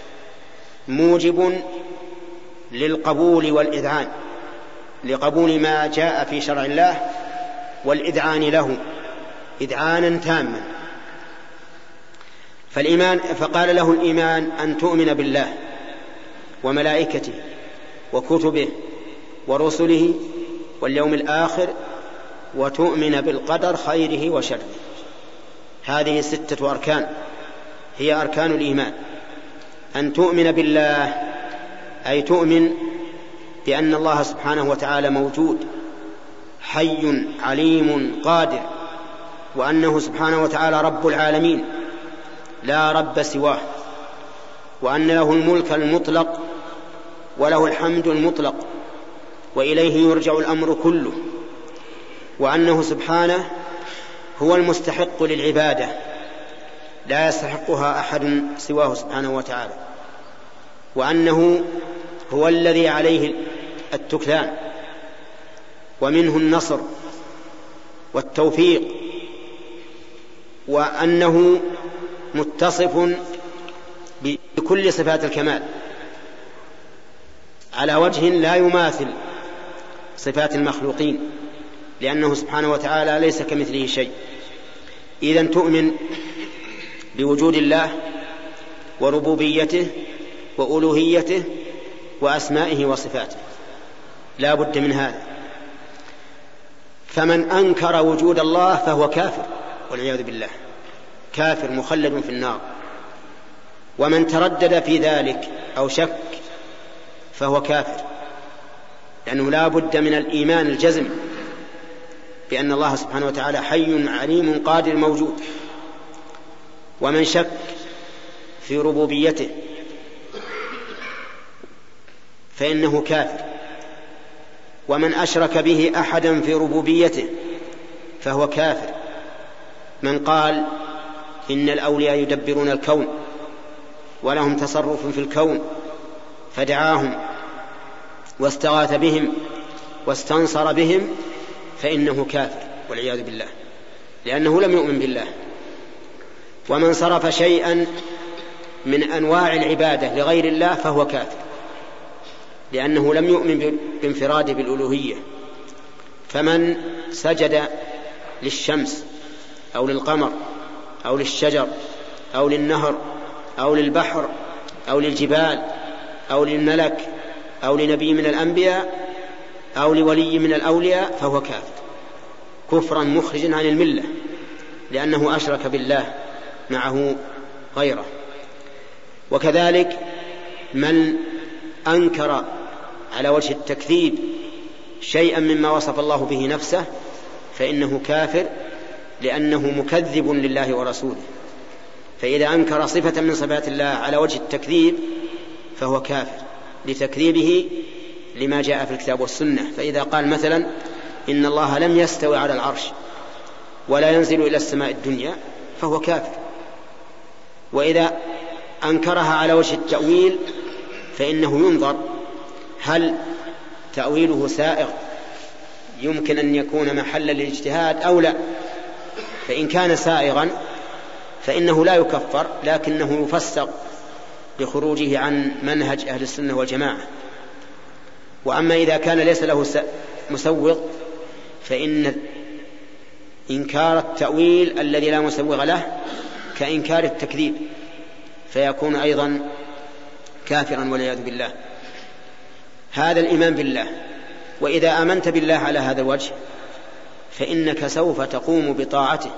موجب للقبول والإذعان، لقبول ما جاء في شرع الله والإذعان له إذعانا تاما. فقال له الإيمان أن تؤمن بالله وملائكته وكتبه ورسله واليوم الآخر وتؤمن بالقدر خيره وشره. هذه 6 أركان هي أركان الإيمان. أن تؤمن بالله أي تؤمن بأن الله سبحانه وتعالى موجود حي عليم قادر، وأنه سبحانه وتعالى رب العالمين لا رب سواه، وأن له الملك المطلق وله الحمد المطلق وإليه يرجع الأمر كله، وأنه سبحانه هو المستحق للعبادة لا يستحقها أحد سواه سبحانه وتعالى، وأنه هو الذي عليه التكلان ومنه النصر والتوفيق، وأنه متصف بكل صفات الكمال على وجه لا يماثل صفات المخلوقين، لأنه سبحانه وتعالى ليس كمثله شيء. إذن تؤمن بوجود الله وربوبيته وألوهيته وأسمائه وصفاته، لا بد من هذا. فمن أنكر وجود الله فهو كافر والعياذ بالله، كافر مخلد في النار. ومن تردد في ذلك أو شك فهو كافر، لأنه لا بد من الإيمان الجزم بأن الله سبحانه وتعالى حي عليم قادر موجود. ومن شك في ربوبيته فإنه كافر. ومن أشرك به أحدا في ربوبيته فهو كافر. من قال إن الأولياء يدبرون الكون ولهم تصرف في الكون فدعاهم واستغاث بهم واستنصر بهم فإنه كافر والعياذ بالله، لأنه لم يؤمن بالله. ومن صرف شيئا من أنواع العبادة لغير الله فهو كافر، لأنه لم يؤمن بانفراده بالألوهية. فمن سجد للشمس أو للقمر أو للشجر أو للنهر أو للبحر أو للجبال أو للملك أو لنبي من الأنبياء أو لولي من الأولياء فهو كافر كفرا مخرجا عن الملة، لأنه أشرك بالله معه غيره. وكذلك من أنكر على وجه التكذيب شيئا مما وصف الله به نفسه فإنه كافر، لأنه مكذب لله ورسوله. فإذا أنكر صفة من صفات الله على وجه التكذيب فهو كافر لتكذيبه لما جاء في الكتاب والسنة. فإذا قال مثلا إن الله لم يستوي على العرش ولا ينزل إلى السماء الدنيا فهو كافر. وإذا أنكرها على وجه التأويل فإنه ينظر هل تأويله سائغ يمكن أن يكون محلا للاجتهاد أو لا. فإن كان سائغا فإنه لا يكفر، لكنه يفسق بخروجه عن منهج أهل السنة والجماعة. وأما إذا كان ليس له مسوغ فإن إنكار التأويل الذي لا مسوغ له كإنكار التكذيب، فيكون أيضا كافرا والعياذ بالله. هذا الإيمان بالله. وإذا آمنت بالله على هذا الوجه فإنك سوف تقوم بطاعته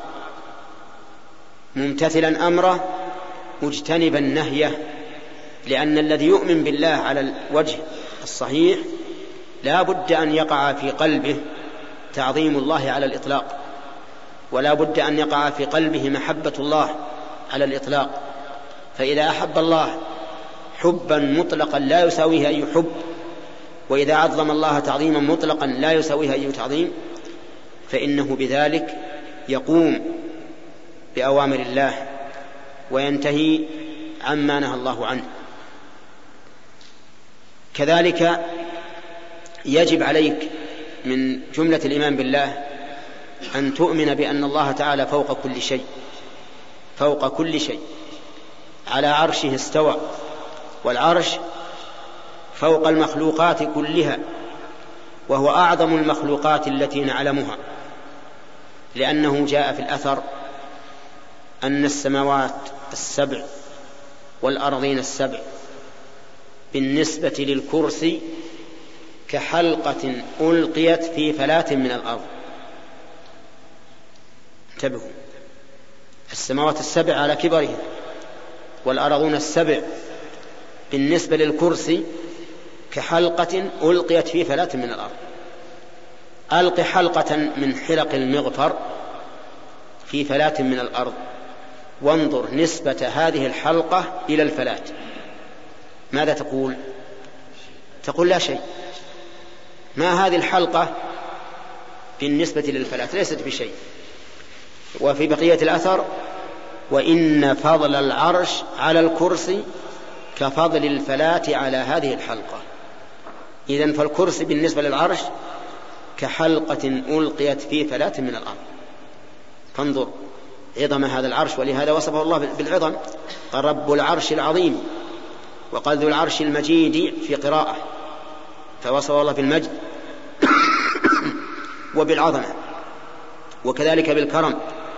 ممتثلا أمره مجتنبا نهيه، لأن الذي يؤمن بالله على الوجه الصحيح لا بد أن يقع في قلبه تعظيم الله على الإطلاق، ولا بد أن يقع في قلبه محبة الله على الإطلاق. فإذا أحب الله حبا مطلقا لا يساويه أي حب وإذا عظم الله تعظيما مطلقا لا يساويه أي تعظيم فإنه بذلك يقوم بأوامر الله وينتهي عما نهى الله عنه. كذلك يجب عليك من جملة الإيمان بالله أن تؤمن بأن الله تعالى فوق كل شيء، فوق كل شيء، على عرشه استوى، والعرش فوق المخلوقات كلها، وهو أعظم المخلوقات التي نعلمها، لأنه جاء في الأثر أن السماوات السبع والأرضين السبع بالنسبة للكرسي كحلقة ألقيت في فلاة من الأرض. انتبهوا، السماوات السبع على كبرها والأرضون السبع بالنسبة للكرسي كحلقة ألقيت في فلاة من الأرض. ألق حلقة من حلق المغفر في فلاة من الأرض، وانظر نسبة هذه الحلقة إلى الفلاة، ماذا تقول؟ تقول لا شيء. ما هذه الحلقة بالنسبة للفلاة ليست بشيء. وفي بقية الأثر وإن فضل العرش على الكرسي كفضل الفلاة على هذه الحلقة. إذن فالكرسي بالنسبة للعرش كحلقة ألقيت في فلاة من الأرض. فانظر عظم هذا العرش، ولهذا وصفه الله بالعظم، رب العرش العظيم، وقال ذو العرش المجيد في قراءة، فوصفه الله بالمجد وبالعظمة، وكذلك بالكرم.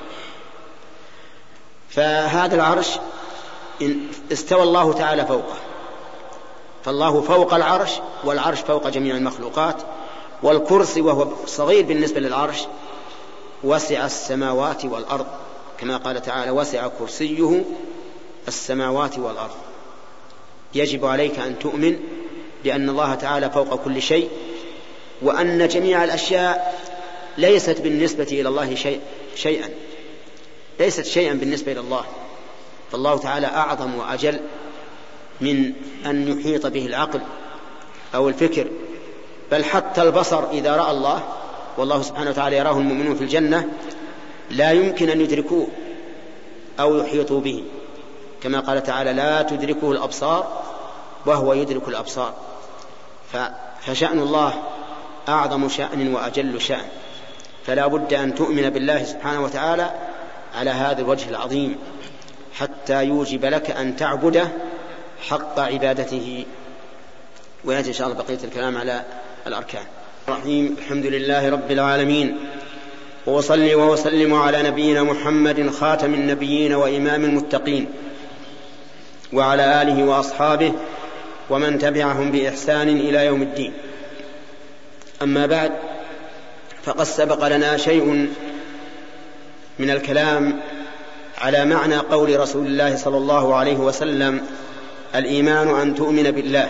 فهذا العرش استوى الله تعالى فوقه، فالله فوق العرش، والعرش فوق جميع المخلوقات، والكرسي وهو صغير بالنسبة للعرش وسع السماوات والأرض، كما قال تعالى وسع كرسيه السماوات والأرض. يجب عليك أن تؤمن بأن الله تعالى فوق كل شيء، وأن جميع الأشياء ليست بالنسبة إلى الله شيئا، ليست شيئا بالنسبة إلى الله، فالله تعالى أعظم وأجل من أن يحيط به العقل أو الفكر. بل حتى البصر إذا رأى الله، والله سبحانه وتعالى يراه المؤمنون في الجنة، لا يمكن أن يدركوه أو يحيطوا به، كما قال تعالى لا تدركه الأبصار وهو يدرك الأبصار. فشأن الله أعظم شأن وأجل شأن، فلا بد أن تؤمن بالله سبحانه وتعالى على هذا الوجه العظيم حتى يوجب لك أن تعبده حق عبادته. ويأتي إن شاء الله بقية الكلام على الأركان. الرحيم. الحمد لله رب العالمين، وأصلي وأسلم على نبينا محمد خاتم النبيين وإمام المتقين، وعلى آله وأصحابه ومن تبعهم بإحسان إلى يوم الدين. أما بعد، فقد سبق لنا شيء من الكلام على معنى قول رسول الله صلى الله عليه وسلم الإيمان أن تؤمن بالله،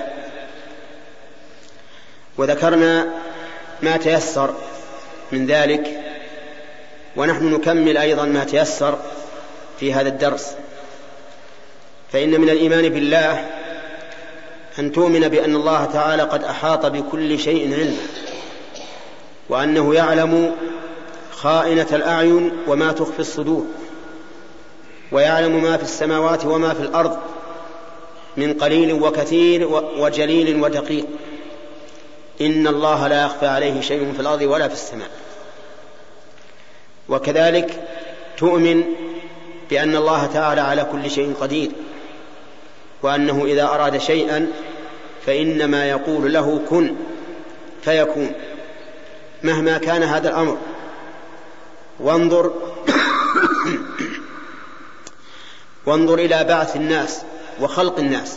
وذكرنا ما تيسر من ذلك، ونحن نكمل أيضا ما تيسر في هذا الدرس. فإن من الإيمان بالله أن تؤمن بأن الله تعالى قد أحاط بكل شيء علما، وأنه يعلم خائنة الأعين وما تخفي الصدور، ويعلم ما في السماوات وما في الأرض من قليل وكثير وجليل ودقيق. إن الله لا يخفى عليه شيء في الأرض ولا في السماء. وكذلك تؤمن بأن الله تعالى على كل شيء قدير، وأنه إذا أراد شيئا فإنما يقول له كن فيكون مهما كان هذا الأمر. وانظر إلى بعث الناس وخلق الناس.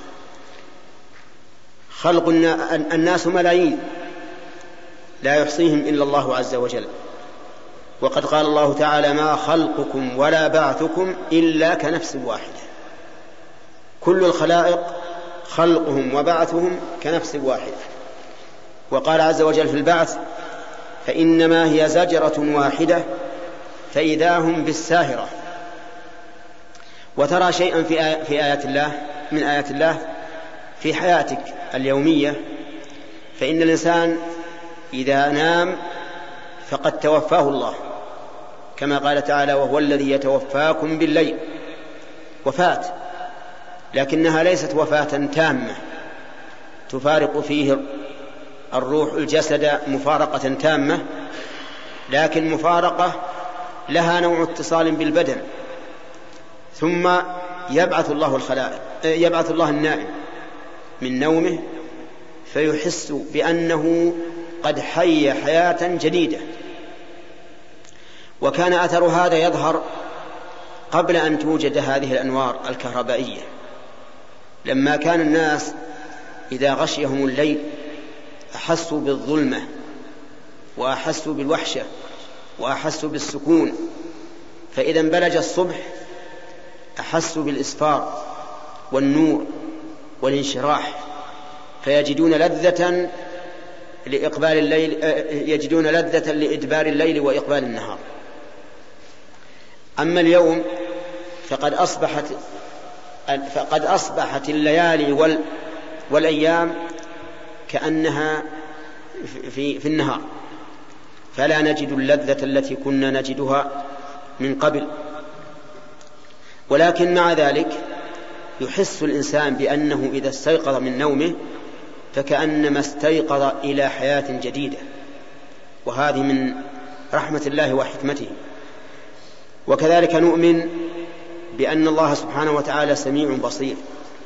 خلق الناس ملايين لا يحصيهم إلا الله عز وجل، وقد قال الله تعالى ما خلقكم ولا بعثكم إلا كنفس واحدة. كل الخلائق خلقهم وبعثهم كنفس واحدة. وقال عز وجل في البعث فإنما هي زجرة واحدة فإذا هم بالساهرة. وترى شيئا في آيات الله من آيات الله في حياتك اليومية فإن الإنسان إذا نام فقد توفاه الله، كما قال تعالى: وهو الذي يتوفاكم بالليل. وفاة، لكنها ليست وفاة تامة تفارق فيه الروح الجسد مفارقة تامة، لكن مفارقة لها نوع اتصال بالبدن، ثم يبعث الله النائم من نومه فيحس بأنه قد حي حياة جديدة. وكان أثر هذا يظهر قبل أن توجد هذه الأنوار الكهربائية، لما كان الناس إذا غشيهم الليل أحسوا بالظلمة وأحسوا بالوحشة وأحسوا بالسكون، فإذا بلج الصبح أحسوا بالإسفار والنور والانشراح، فيجدون لذة لإدبار الليل وإقبال النهار. أما اليوم فقد أصبحت الليالي والأيام كأنها في النهار، فلا نجد اللذة التي كنا نجدها من قبل. ولكن مع ذلك يحس الإنسان بأنه إذا استيقظ من نومه فكأنما استيقظ إلى حياة جديدة، وهذه من رحمة الله وحكمته. وكذلك نؤمن بأن الله سبحانه وتعالى سميع بصير،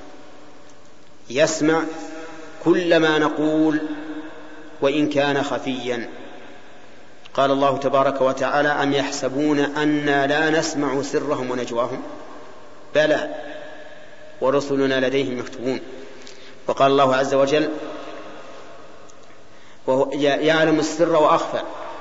يسمع كل ما نقول وإن كان خفيا. قال الله تبارك وتعالى: أم يحسبون أنا لا نسمع سرهم ونجواهم بلى ورسلنا لديهم يكتبون. وقال الله عز وجل: وهو يعلم السر وأخفى،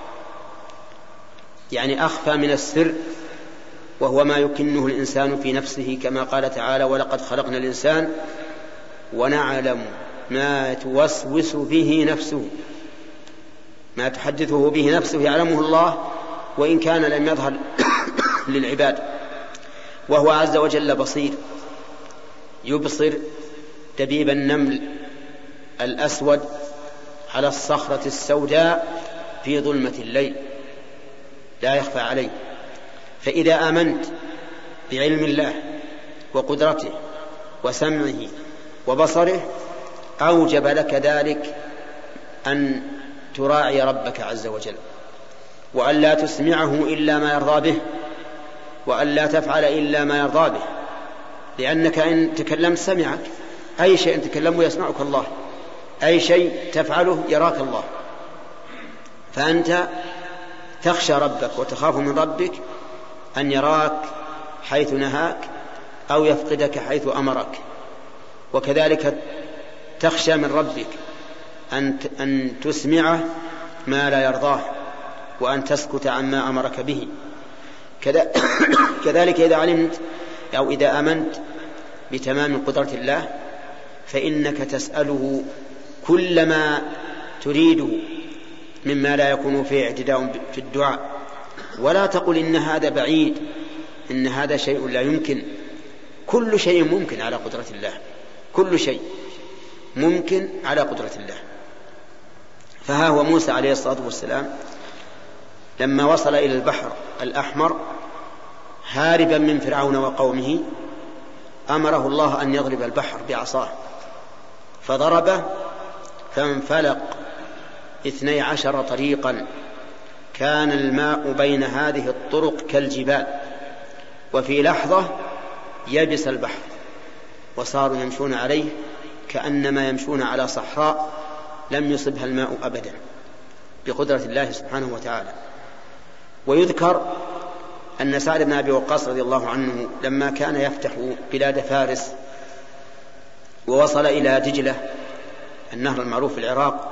يعني أخفى من السر، وهو ما يكنه الإنسان في نفسه، كما قال تعالى: ولقد خلقنا الإنسان ونعلم ما توسوس به نفسه. ما تحدثه به نفسه يعلمه الله وإن كان لم يظهر للعباد. وهو عز وجل بصير، يبصر دبيب النمل الأسود على الصخرة السوداء في ظلمة الليل، لا يخفى عليه. فإذا آمنت بعلم الله وقدرته وسمعه وبصره أوجب لك ذلك أن تراعي ربك عز وجل، وأن لا تسمعه إلا ما يرضى به، وأن لا تفعل إلا ما يرضى به، لأنك إن تكلمت سمعك، أي شيء تكلمه يسمعك الله، أي شيء تفعله يراك الله. فأنت تخشى ربك وتخاف من ربك أن يراك حيث نهاك أو يفقدك حيث أمرك. وكذلك تخشى من ربك أن تسمعه ما لا يرضاه وأن تسكت عما أمرك به. كذلك إذا علمت أو إذا آمنت بتمام قدرة الله فإنك تسأله كل ما تريده مما لا يكون فيه اعتداء في الدعاء، ولا تقل إن هذا بعيد، إن هذا شيء لا يمكن. كل شيء ممكن على قدرة الله، كل شيء ممكن على قدرة الله. فها هو موسى عليه الصلاة والسلام لما وصل إلى البحر الأحمر هاربا من فرعون وقومه أمره الله أن يضرب البحر بعصاه، فضربه فانفلق 12 طريقا، كان الماء بين هذه الطرق كالجبال، وفي لحظة يبس البحر وصاروا يمشون عليه كأنما يمشون على صحراء لم يصبها الماء أبدا بقدرة الله سبحانه وتعالى. ويذكر أن سعد بن أبي وقاص رضي الله عنه لما كان يفتح بلاد فارس ووصل إلى دجلة النهر المعروف في العراق،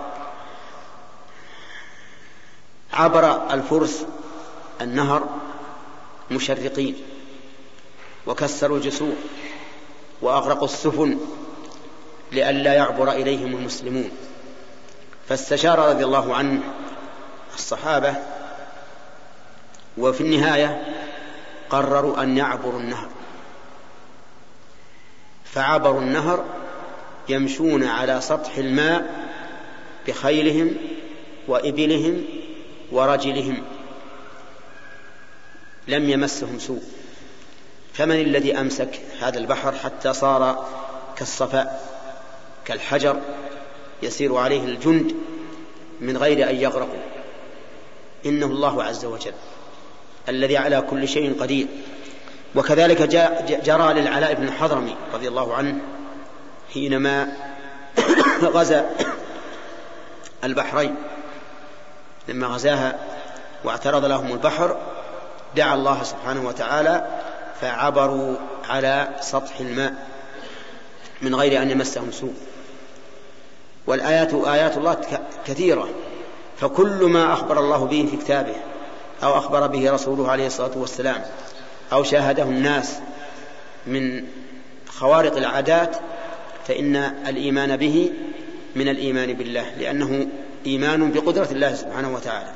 عبر الفرس النهر مشرقين وكسروا الجسور وأغرقوا السفن لئلا يعبر إليهم المسلمون، فاستشار رضي الله عنه الصحابة، وفي النهاية قرروا أن يعبروا النهر، فعبروا النهر يمشون على سطح الماء بخيلهم وإبلهم ورجلهم لم يمسهم سوء. فمن الذي أمسك هذا البحر حتى صار كالصفاء كالحجر يسير عليه الجند من غير أن يغرقوا؟ إنه الله عز وجل الذي على كل شيء قدير. وكذلك جرى للعلاء بن حضرمي رضي الله عنه حينما غزا البحرين، لما غزاها واعترض لهم البحر دعا الله سبحانه وتعالى فعبروا على سطح الماء من غير أن يمسهم سوء. والآيات آيات الله كثيرة، فكل ما أخبر الله به في كتابه أو أخبر به رسوله عليه الصلاة والسلام أو شاهده الناس من خوارق العادات فإن الإيمان به من الإيمان بالله، لأنه إيمان بقدرة الله سبحانه وتعالى.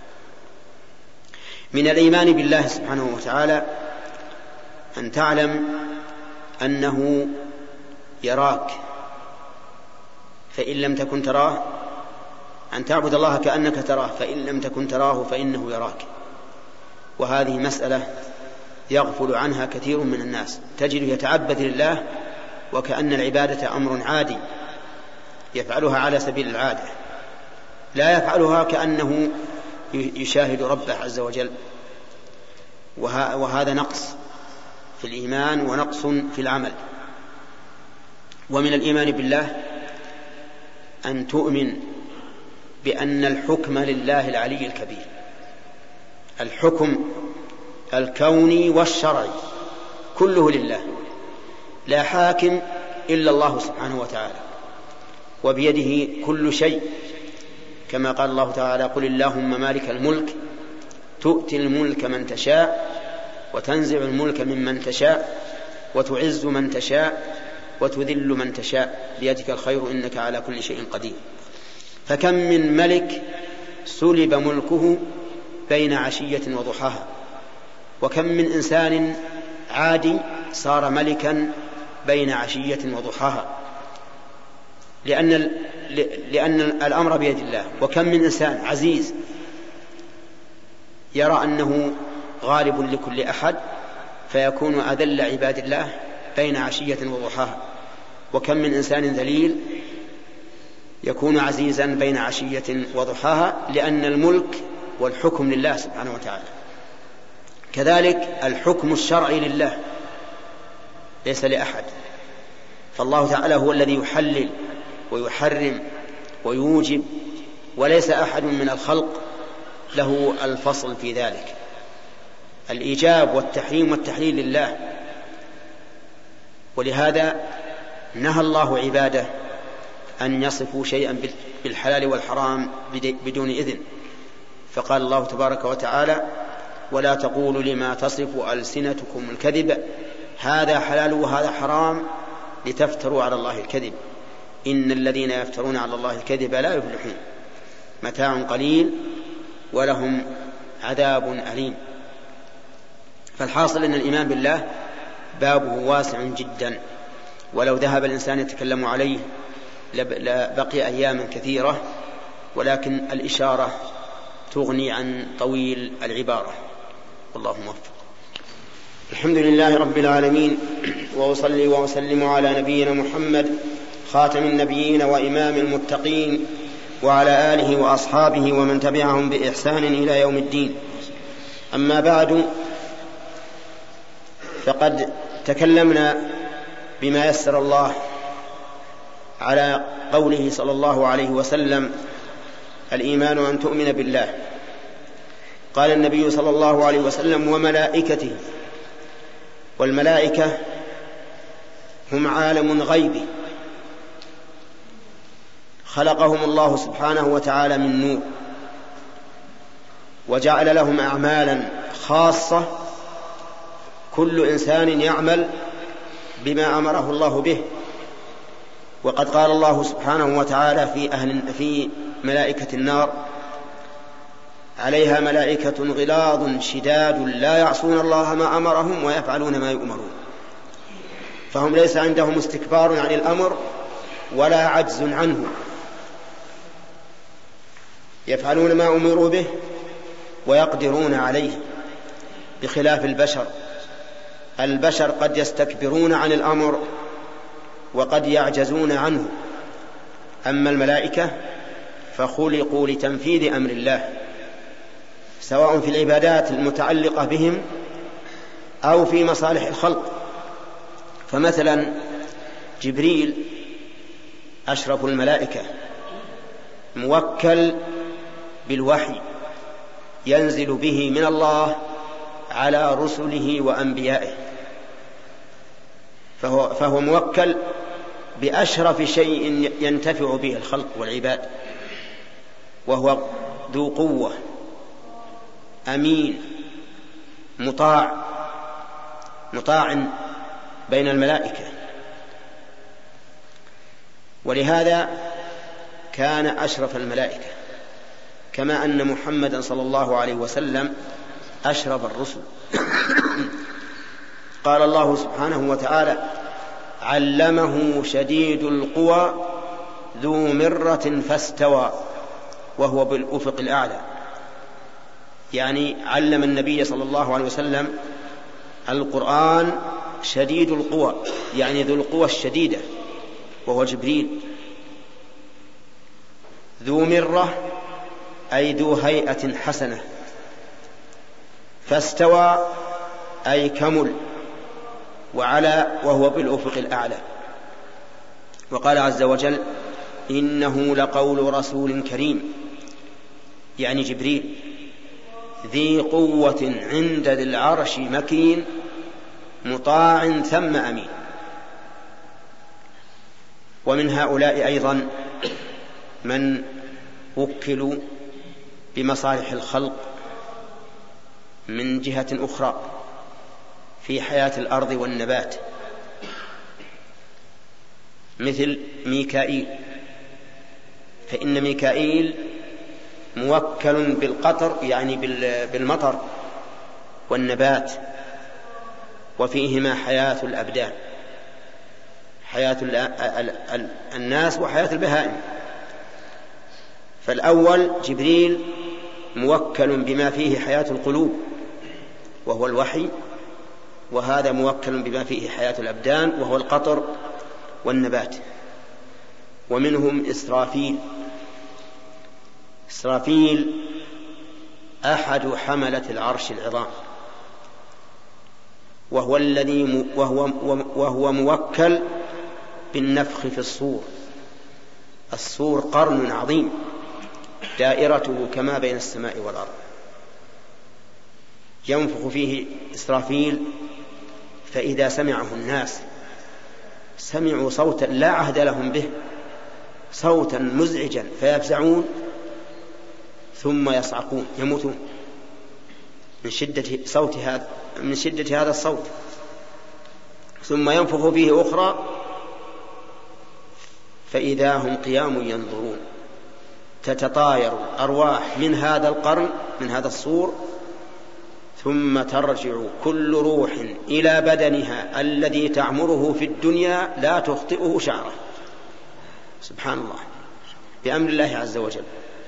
من الإيمان بالله سبحانه وتعالى أن تعلم أنه يراك فإن لم تكن تراه، أن تعبد الله كأنك تراه فإن لم تكن تراه فإنه يراك. وهذه مسألة يغفل عنها كثير من الناس، تجد يتعبد لله وكأن العبادة أمر عادي يفعلها على سبيل العادة، لا يفعلها كأنه يشاهد ربه عز وجل. وهذا نقص في الإيمان ونقص في العمل. ومن الإيمان بالله أن تؤمن بأن الحكم لله العلي الكبير، الحكم الكوني والشرعي كله لله، لا حاكم إلا الله سبحانه وتعالى، وبيده كل شيء، كما قال الله تعالى: قل اللهم مالك الملك تؤتي الملك من تشاء وتنزع الملك ممن تشاء وتعز من تشاء وتذل من تشاء بيدك الخير إنك على كل شيء قدير. فكم من ملك سلب ملكه بين عشية وضحاها، وكم من إنسان عادي صار ملكا بين عشية وضحاها، لأن الأمر بيد الله. وكم من إنسان عزيز يرى أنه غالب لكل أحد فيكون أذل عباد الله بين عشية وضحاها. وكم من إنسان ذليل يكون عزيزا بين عشية وضحاها، لأن الملك والحكم لله سبحانه وتعالى. كذلك الحكم الشرعي لله ليس لأحد، فالله تعالى هو الذي يحلل ويحرم ويوجب، وليس أحد من الخلق له الفصل في ذلك. الإيجاب والتحريم والتحليل لله. ولهذا نهى الله عباده أن يصفوا شيئا بالحلال والحرام بدون إذن، فقال الله تبارك وتعالى: ولا تقولوا لما تصف ألسنتكم الكذب هذا حلال وهذا حرام لتفتروا على الله الكذب إن الذين يفترون على الله الكذب لا يفلحون متاع قليل ولهم عذاب أليم. فالحاصل أن الإيمان بالله بابه واسع جدا، ولو ذهب الإنسان يتكلم عليه لبقي أياما كثيرة، ولكن الإشارة تغني عن طويل العبارة. والله موفق. الحمد لله رب العالمين، وأصلي وأسلم على نبينا محمد خاتم النبيين وإمام المتقين، وعلى آله وأصحابه ومن تبعهم بإحسان إلى يوم الدين. أما بعد، فقد تكلمنا بما يسر الله على قوله صلى الله عليه وسلم: الإيمان أن تؤمن بالله. قال النبي صلى الله عليه وسلم: وملائكته. والملائكة هم عالم غيبي خلقهم الله سبحانه وتعالى من نور، وجعل لهم أعمالا خاصة، كل إنسان يعمل بما أمره الله به. وقد قال الله سبحانه وتعالى في ملائكة النار: عليها ملائكة غلاظ شداد لا يعصون الله ما أمرهم ويفعلون ما يؤمرون. فهم ليس عندهم استكبار عن الأمر ولا عجز عنه، يفعلون ما أمروا به ويقدرون عليه، بخلاف البشر قد يستكبرون عن الأمر وقد يعجزون عنه. أما الملائكة فخلقوا لتنفيذ أمر الله، سواء في العبادات المتعلقة بهم أو في مصالح الخلق. فمثلا جبريل أشرف الملائكة، موكل بالوحي ينزل به من الله على رسله وأنبيائه، فهو موكل بأشرف شيء ينتفع به الخلق والعباد، وهو ذو قوة أمين مطاع بين الملائكة. ولهذا كان أشرف الملائكة، كما أن محمدا صلى الله عليه وسلم أشرف الرسل. قال الله سبحانه وتعالى: علمه شديد القوى ذو مرة فاستوى وهو بالأفق الأعلى. يعني علم النبي صلى الله عليه وسلم القرآن شديد القوى، يعني ذو القوى الشديدة، وهو جبريل. ذو مرة أي ذو هيئة حسنة، فاستوى أي كمل وعلى وهو بالأفق الأعلى. وقال عز وجل: إنه لقول رسول كريم، يعني جبريل، ذي قوة عند ذي العرش مكين مطاع ثم أمين. ومن هؤلاء أيضا من وكلوا بمصالح الخلق من جهة أخرى في حياة الأرض والنبات، مثل ميكائيل. فإن ميكائيل موكل بالقطر، يعني بالمطر والنبات، وفيهما حياة الأبدان، حياة الناس وحياة البهائم. فالأول جبريل موكل بما فيه حياة القلوب وهو الوحي، وهذا موكل بما فيه حياة الأبدان وهو القطر والنبات. ومنهم إسرافيل أحد حملة العرش العظام، وهو موكل بالنفخ في الصور. الصور قرن عظيم دائرته كما بين السماء والأرض، ينفخ فيه إسرافيل، فإذا سمعه الناس سمعوا صوتا لا عهد لهم به، صوتا مزعجا فيفزعون ثم يصعقون يموتون من شدة هذا الصوت. ثم ينفخ فيه أخرى فإذا هم قيام ينظرون، تتطاير الأرواح من هذا القرن، من هذا الصور، ثم ترجع كل روح إلى بدنها الذي تعمره في الدنيا لا تخطئه شعرة. سبحان الله، بأمر الله عز وجل.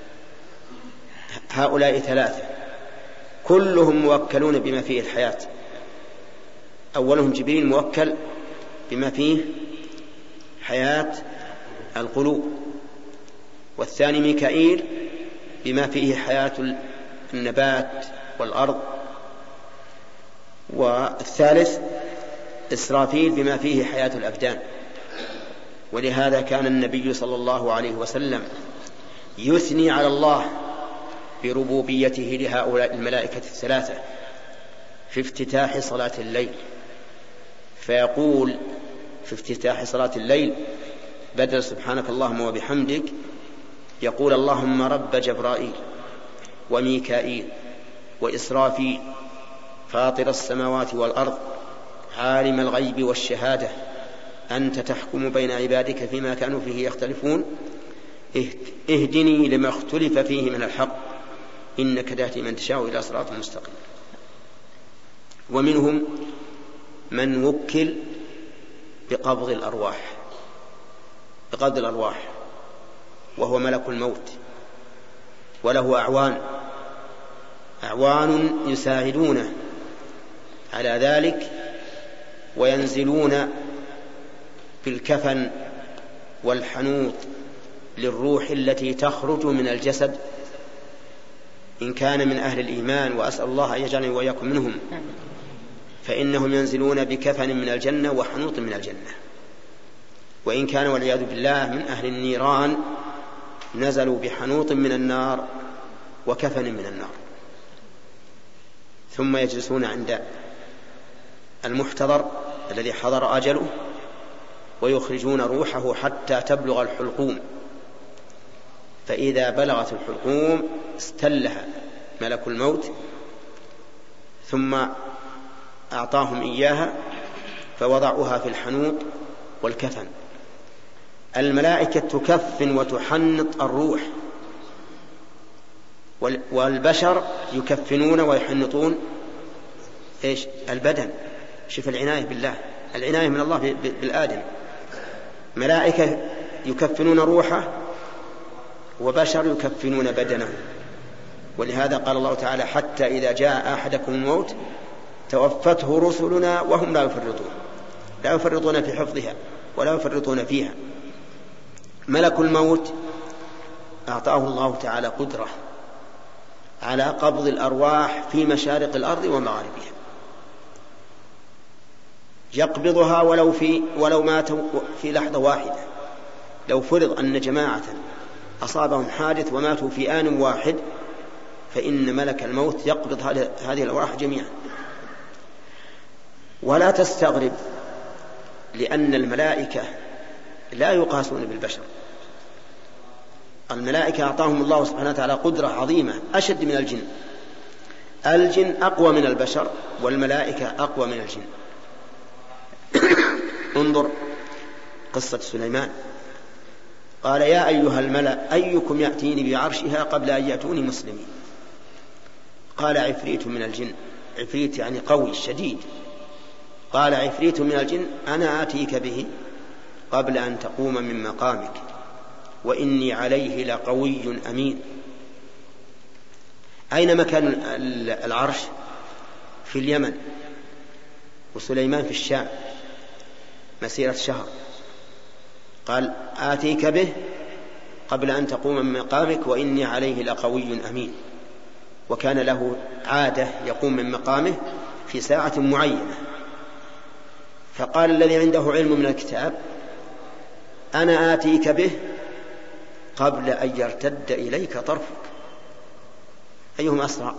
هؤلاء ثلاثة كلهم موكلون بما فيه الحياة. أولهم جبريل موكل بما فيه حياة القلوب، والثاني ميكائيل بما فيه حياة النبات والأرض، والثالث إسرافيل بما فيه حياة الأبدان. ولهذا كان النبي صلى الله عليه وسلم يثني على الله بربوبيته لهؤلاء الملائكة الثلاثة في افتتاح صلاة الليل، فيقول في افتتاح صلاة الليل بدل سبحانك اللهم وبحمدك يقول: اللهم رب جبرائيل وميكائيل وإسرافيل فاطر السماوات والأرض عالم الغيب والشهادة أنت تحكم بين عبادك فيما كانوا فيه يختلفون اهدني لما اختلف فيه من الحق إنك تهدي من تشاء إلى صراط مستقيم. ومنهم من وكل بقبض الأرواح وهو ملك الموت، وله أعوان يساعدونه على ذلك، وينزلون بالكفن والحنوط للروح التي تخرج من الجسد إن كان من أهل الإيمان، وأسأل الله أن يجعلني وإياكم منهم، فإنهم ينزلون بكفن من الجنة وحنوط من الجنة. وإن كان والعياذ بالله من أهل النيران نزلوا بحنوط من النار وكفن من النار، ثم يجلسون عند المحتضر الذي حضر أجله ويخرجون روحه حتى تبلغ الحلقوم، فإذا بلغت الحلقوم استلها ملك الموت ثم أعطاهم إياها فوضعوها في الحنوط والكفن. الملائكة تكفن وتحنط الروح، والبشر يكفنون ويحنطون إيش؟ البدن. شوف العناية بالله، العناية من الله بالآدم. ملائكة يكفنون روحه وبشر يكفنون بدنه. ولهذا قال الله تعالى: حتى إذا جاء أحدكم الموت توفته رسلنا وهم لا يفرطون في حفظها ولا يفرطون فيها. ملك الموت أعطاه الله تعالى قدرة على قبض الأرواح في مشارق الأرض ومغاربها، يقبضها ولو ماتوا في لحظة واحدة. لو فرض أن جماعة أصابهم حادث وماتوا في آن واحد فإن ملك الموت يقبض هذه الأرواح جميعا. ولا تستغرب، لأن الملائكة لا يقاسون بالبشر. الملائكة أعطاهم الله سبحانه وتعالى قدرة عظيمة أشد من الجن. الجن أقوى من البشر والملائكة أقوى من الجن. انظر قصة سليمان، قال: يا أيها الملأ أيكم يأتيني بعرشها قبل أن يأتوني مسلمين. قال: عفريت من الجن. عفريت يعني قوي شديد. قال: عفريت من الجن أنا آتيك به قبل أن تقوم من مقامك وإني عليه لقوي أمين. أين مكان العرش؟ في اليمن، وسليمان في الشام مسيرة شهر. قال: آتيك به قبل أن تقوم من مقامك وإني عليه لقوي أمين. وكان له عادة يقوم من مقامه في ساعة معينة. فقال الذي عنده علم من الكتاب: أنا آتيك به قبل أن يرتد إليك طرفك. أيهم أسرع؟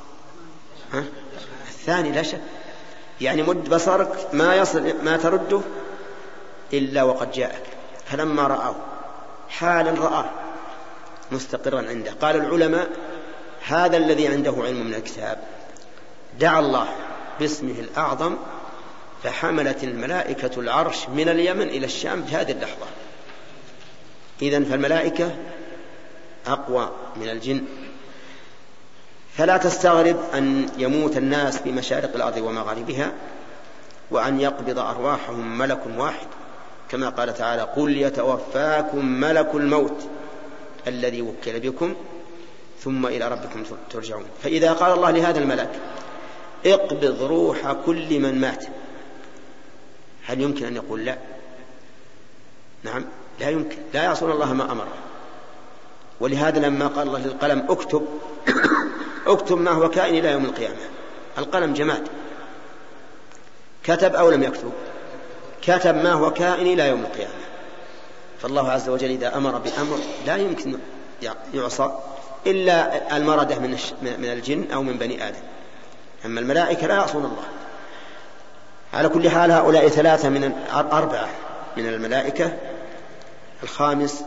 الثاني لا شك. يعني مد بصرك ما ترده إلا وقد جاءك. فلما رآه حالا رآه مستقرا عنده. قال العلماء: هذا الذي عنده علم من الكتاب دعا الله باسمه الأعظم فحملت الملائكة العرش من اليمن إلى الشام في هذه اللحظة. إذن فالملائكة أقوى من الجن. فلا تستغرب أن يموت الناس في مشارق الأرض ومغاربها وأن يقبض أرواحهم ملك واحد، كما قال تعالى: قل يتوفاكم ملك الموت الذي وكل بكم ثم إلى ربكم ترجعون. فإذا قال الله لهذا الملك: اقبض روح كل من مات، هل يمكن أن يقول لا؟ نعم، لا يمكن. لا يعصون الله ما أمره. ولهذا لما قال الله للقلم: اكتب اكتب ما هو كائن إلى يوم القيامة، القلم جماد، كتب أو لم يكتب؟ كتب ما هو كائن إلى يوم القيامة. فالله عز وجل إذا أمر بأمر لا يمكن يعصى إلا المردة من الجن أو من بني آدم. أما الملائكة لا يعصون الله. على كل حال هؤلاء 3 من 4 من الملائكة. الخامس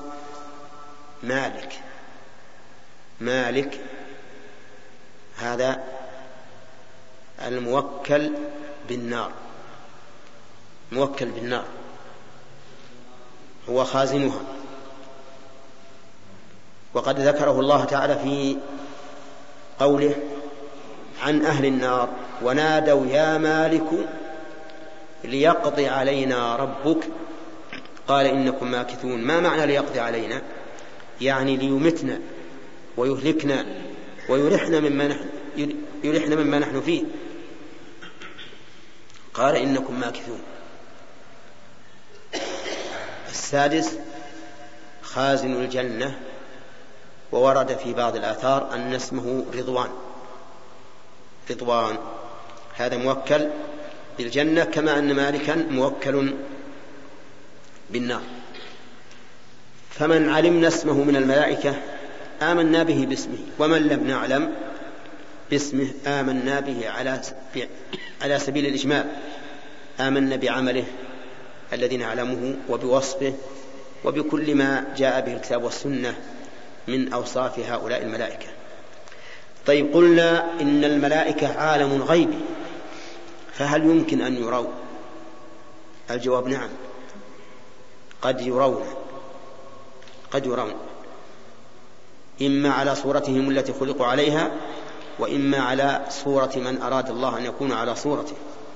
مالك هذا الموكل بالنار، هو خازنها. وقد ذكره الله تعالى في قوله عن أهل النار: ونادوا يا مالك ليقضي علينا ربك قال إنكم ماكثون. ما معنى ليقضي علينا؟ يعني ليمتنا ويهلكنا ويرحنا مما نحن فيه. قال إنكم ماكثون. السادس خازن الجنة، وورد في بعض الآثار أن اسمه رضوان، هذا موكل بالجنة كما أن مالكا موكل بالنار. فمن علمنا اسمه من الملائكة آمنا به باسمه، ومن لم نعلم باسمه آمنا به على سبيل الإجمال، آمنا بعمله الذي نعلمه وبوصفه وبكل ما جاء به الكتاب والسنة من أوصاف هؤلاء الملائكة. طيب، قلنا إن الملائكة عالم غيبي، فهل يمكن أن يروا؟ الجواب نعم، قد يرون إما على صورتهم التي خلقوا عليها، وإما على صورة من أراد الله أن يكون على صورته.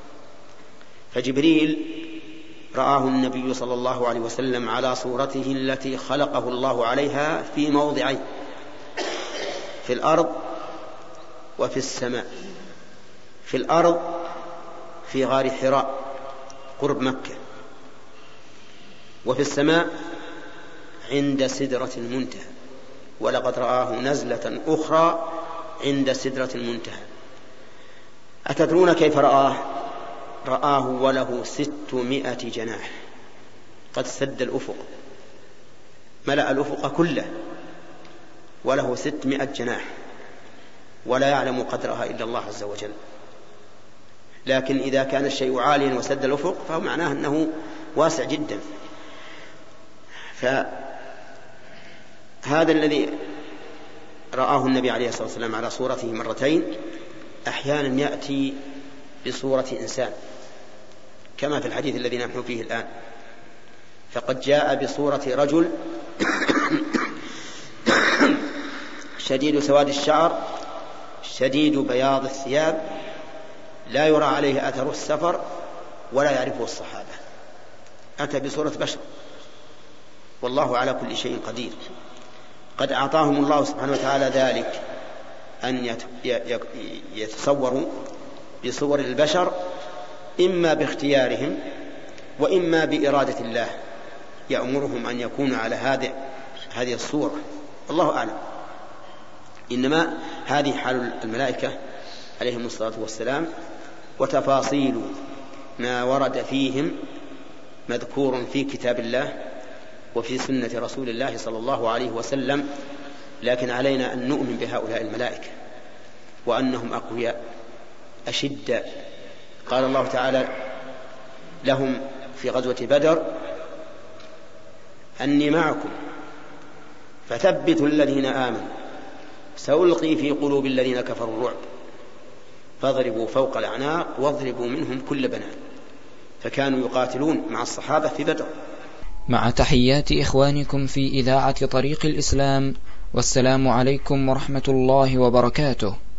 فجبريل رآه النبي صلى الله عليه وسلم على صورته التي خلقه الله عليها في موضعين، في الأرض وفي السماء. في الأرض في غار حراء قرب مكة، وفي السماء عند سدرة المنتهى، ولقد رآه نزلة أخرى عند سدرة المنتهى. أتدرون كيف رآه؟ رآه وله 600 جناح، قد سد الأفق، ملأ الأفق كله، وله 600 جناح، ولا يعلم قدرها إلا الله عز وجل. لكن إذا كان الشيء عاليا وسد الأفق فهو معناه أنه واسع جدا. فهذا الذي رآه النبي عليه الصلاة والسلام على صورته مرتين، أحيانا يأتي بصورة إنسان كما في الحديث الذي نحن فيه الآن، فقد جاء بصورة رجل شديد سواد الشعر شديد بياض الثياب، لا يرى عليه أثر السفر ولا يعرفه الصحابة، أتى بصورة بشر، والله على كل شيء قدير. قد أعطاهم الله سبحانه وتعالى ذلك أن يتصوروا بصور البشر، إما باختيارهم وإما بإرادة الله يأمرهم أن يكونوا على هذه الصورة، الله أعلم. إنما هذه حال الملائكة عليهم الصلاة والسلام، وتفاصيل ما ورد فيهم مذكور في كتاب الله وفي سنة رسول الله صلى الله عليه وسلم. لكن علينا أن نؤمن بهؤلاء الملائكة وأنهم أقوياء أشداء. قال الله تعالى لهم في غزوة بدر: أني معكم فثبتوا الذين آمنوا سألقي في قلوب الذين كفروا الرعب فاضربوا فوق الأعناق واضربوا منهم كل بنان. فكانوا يقاتلون مع الصحابة في بدر. مع تحيات إخوانكم في إذاعة طريق الإسلام، والسلام عليكم ورحمة الله وبركاته.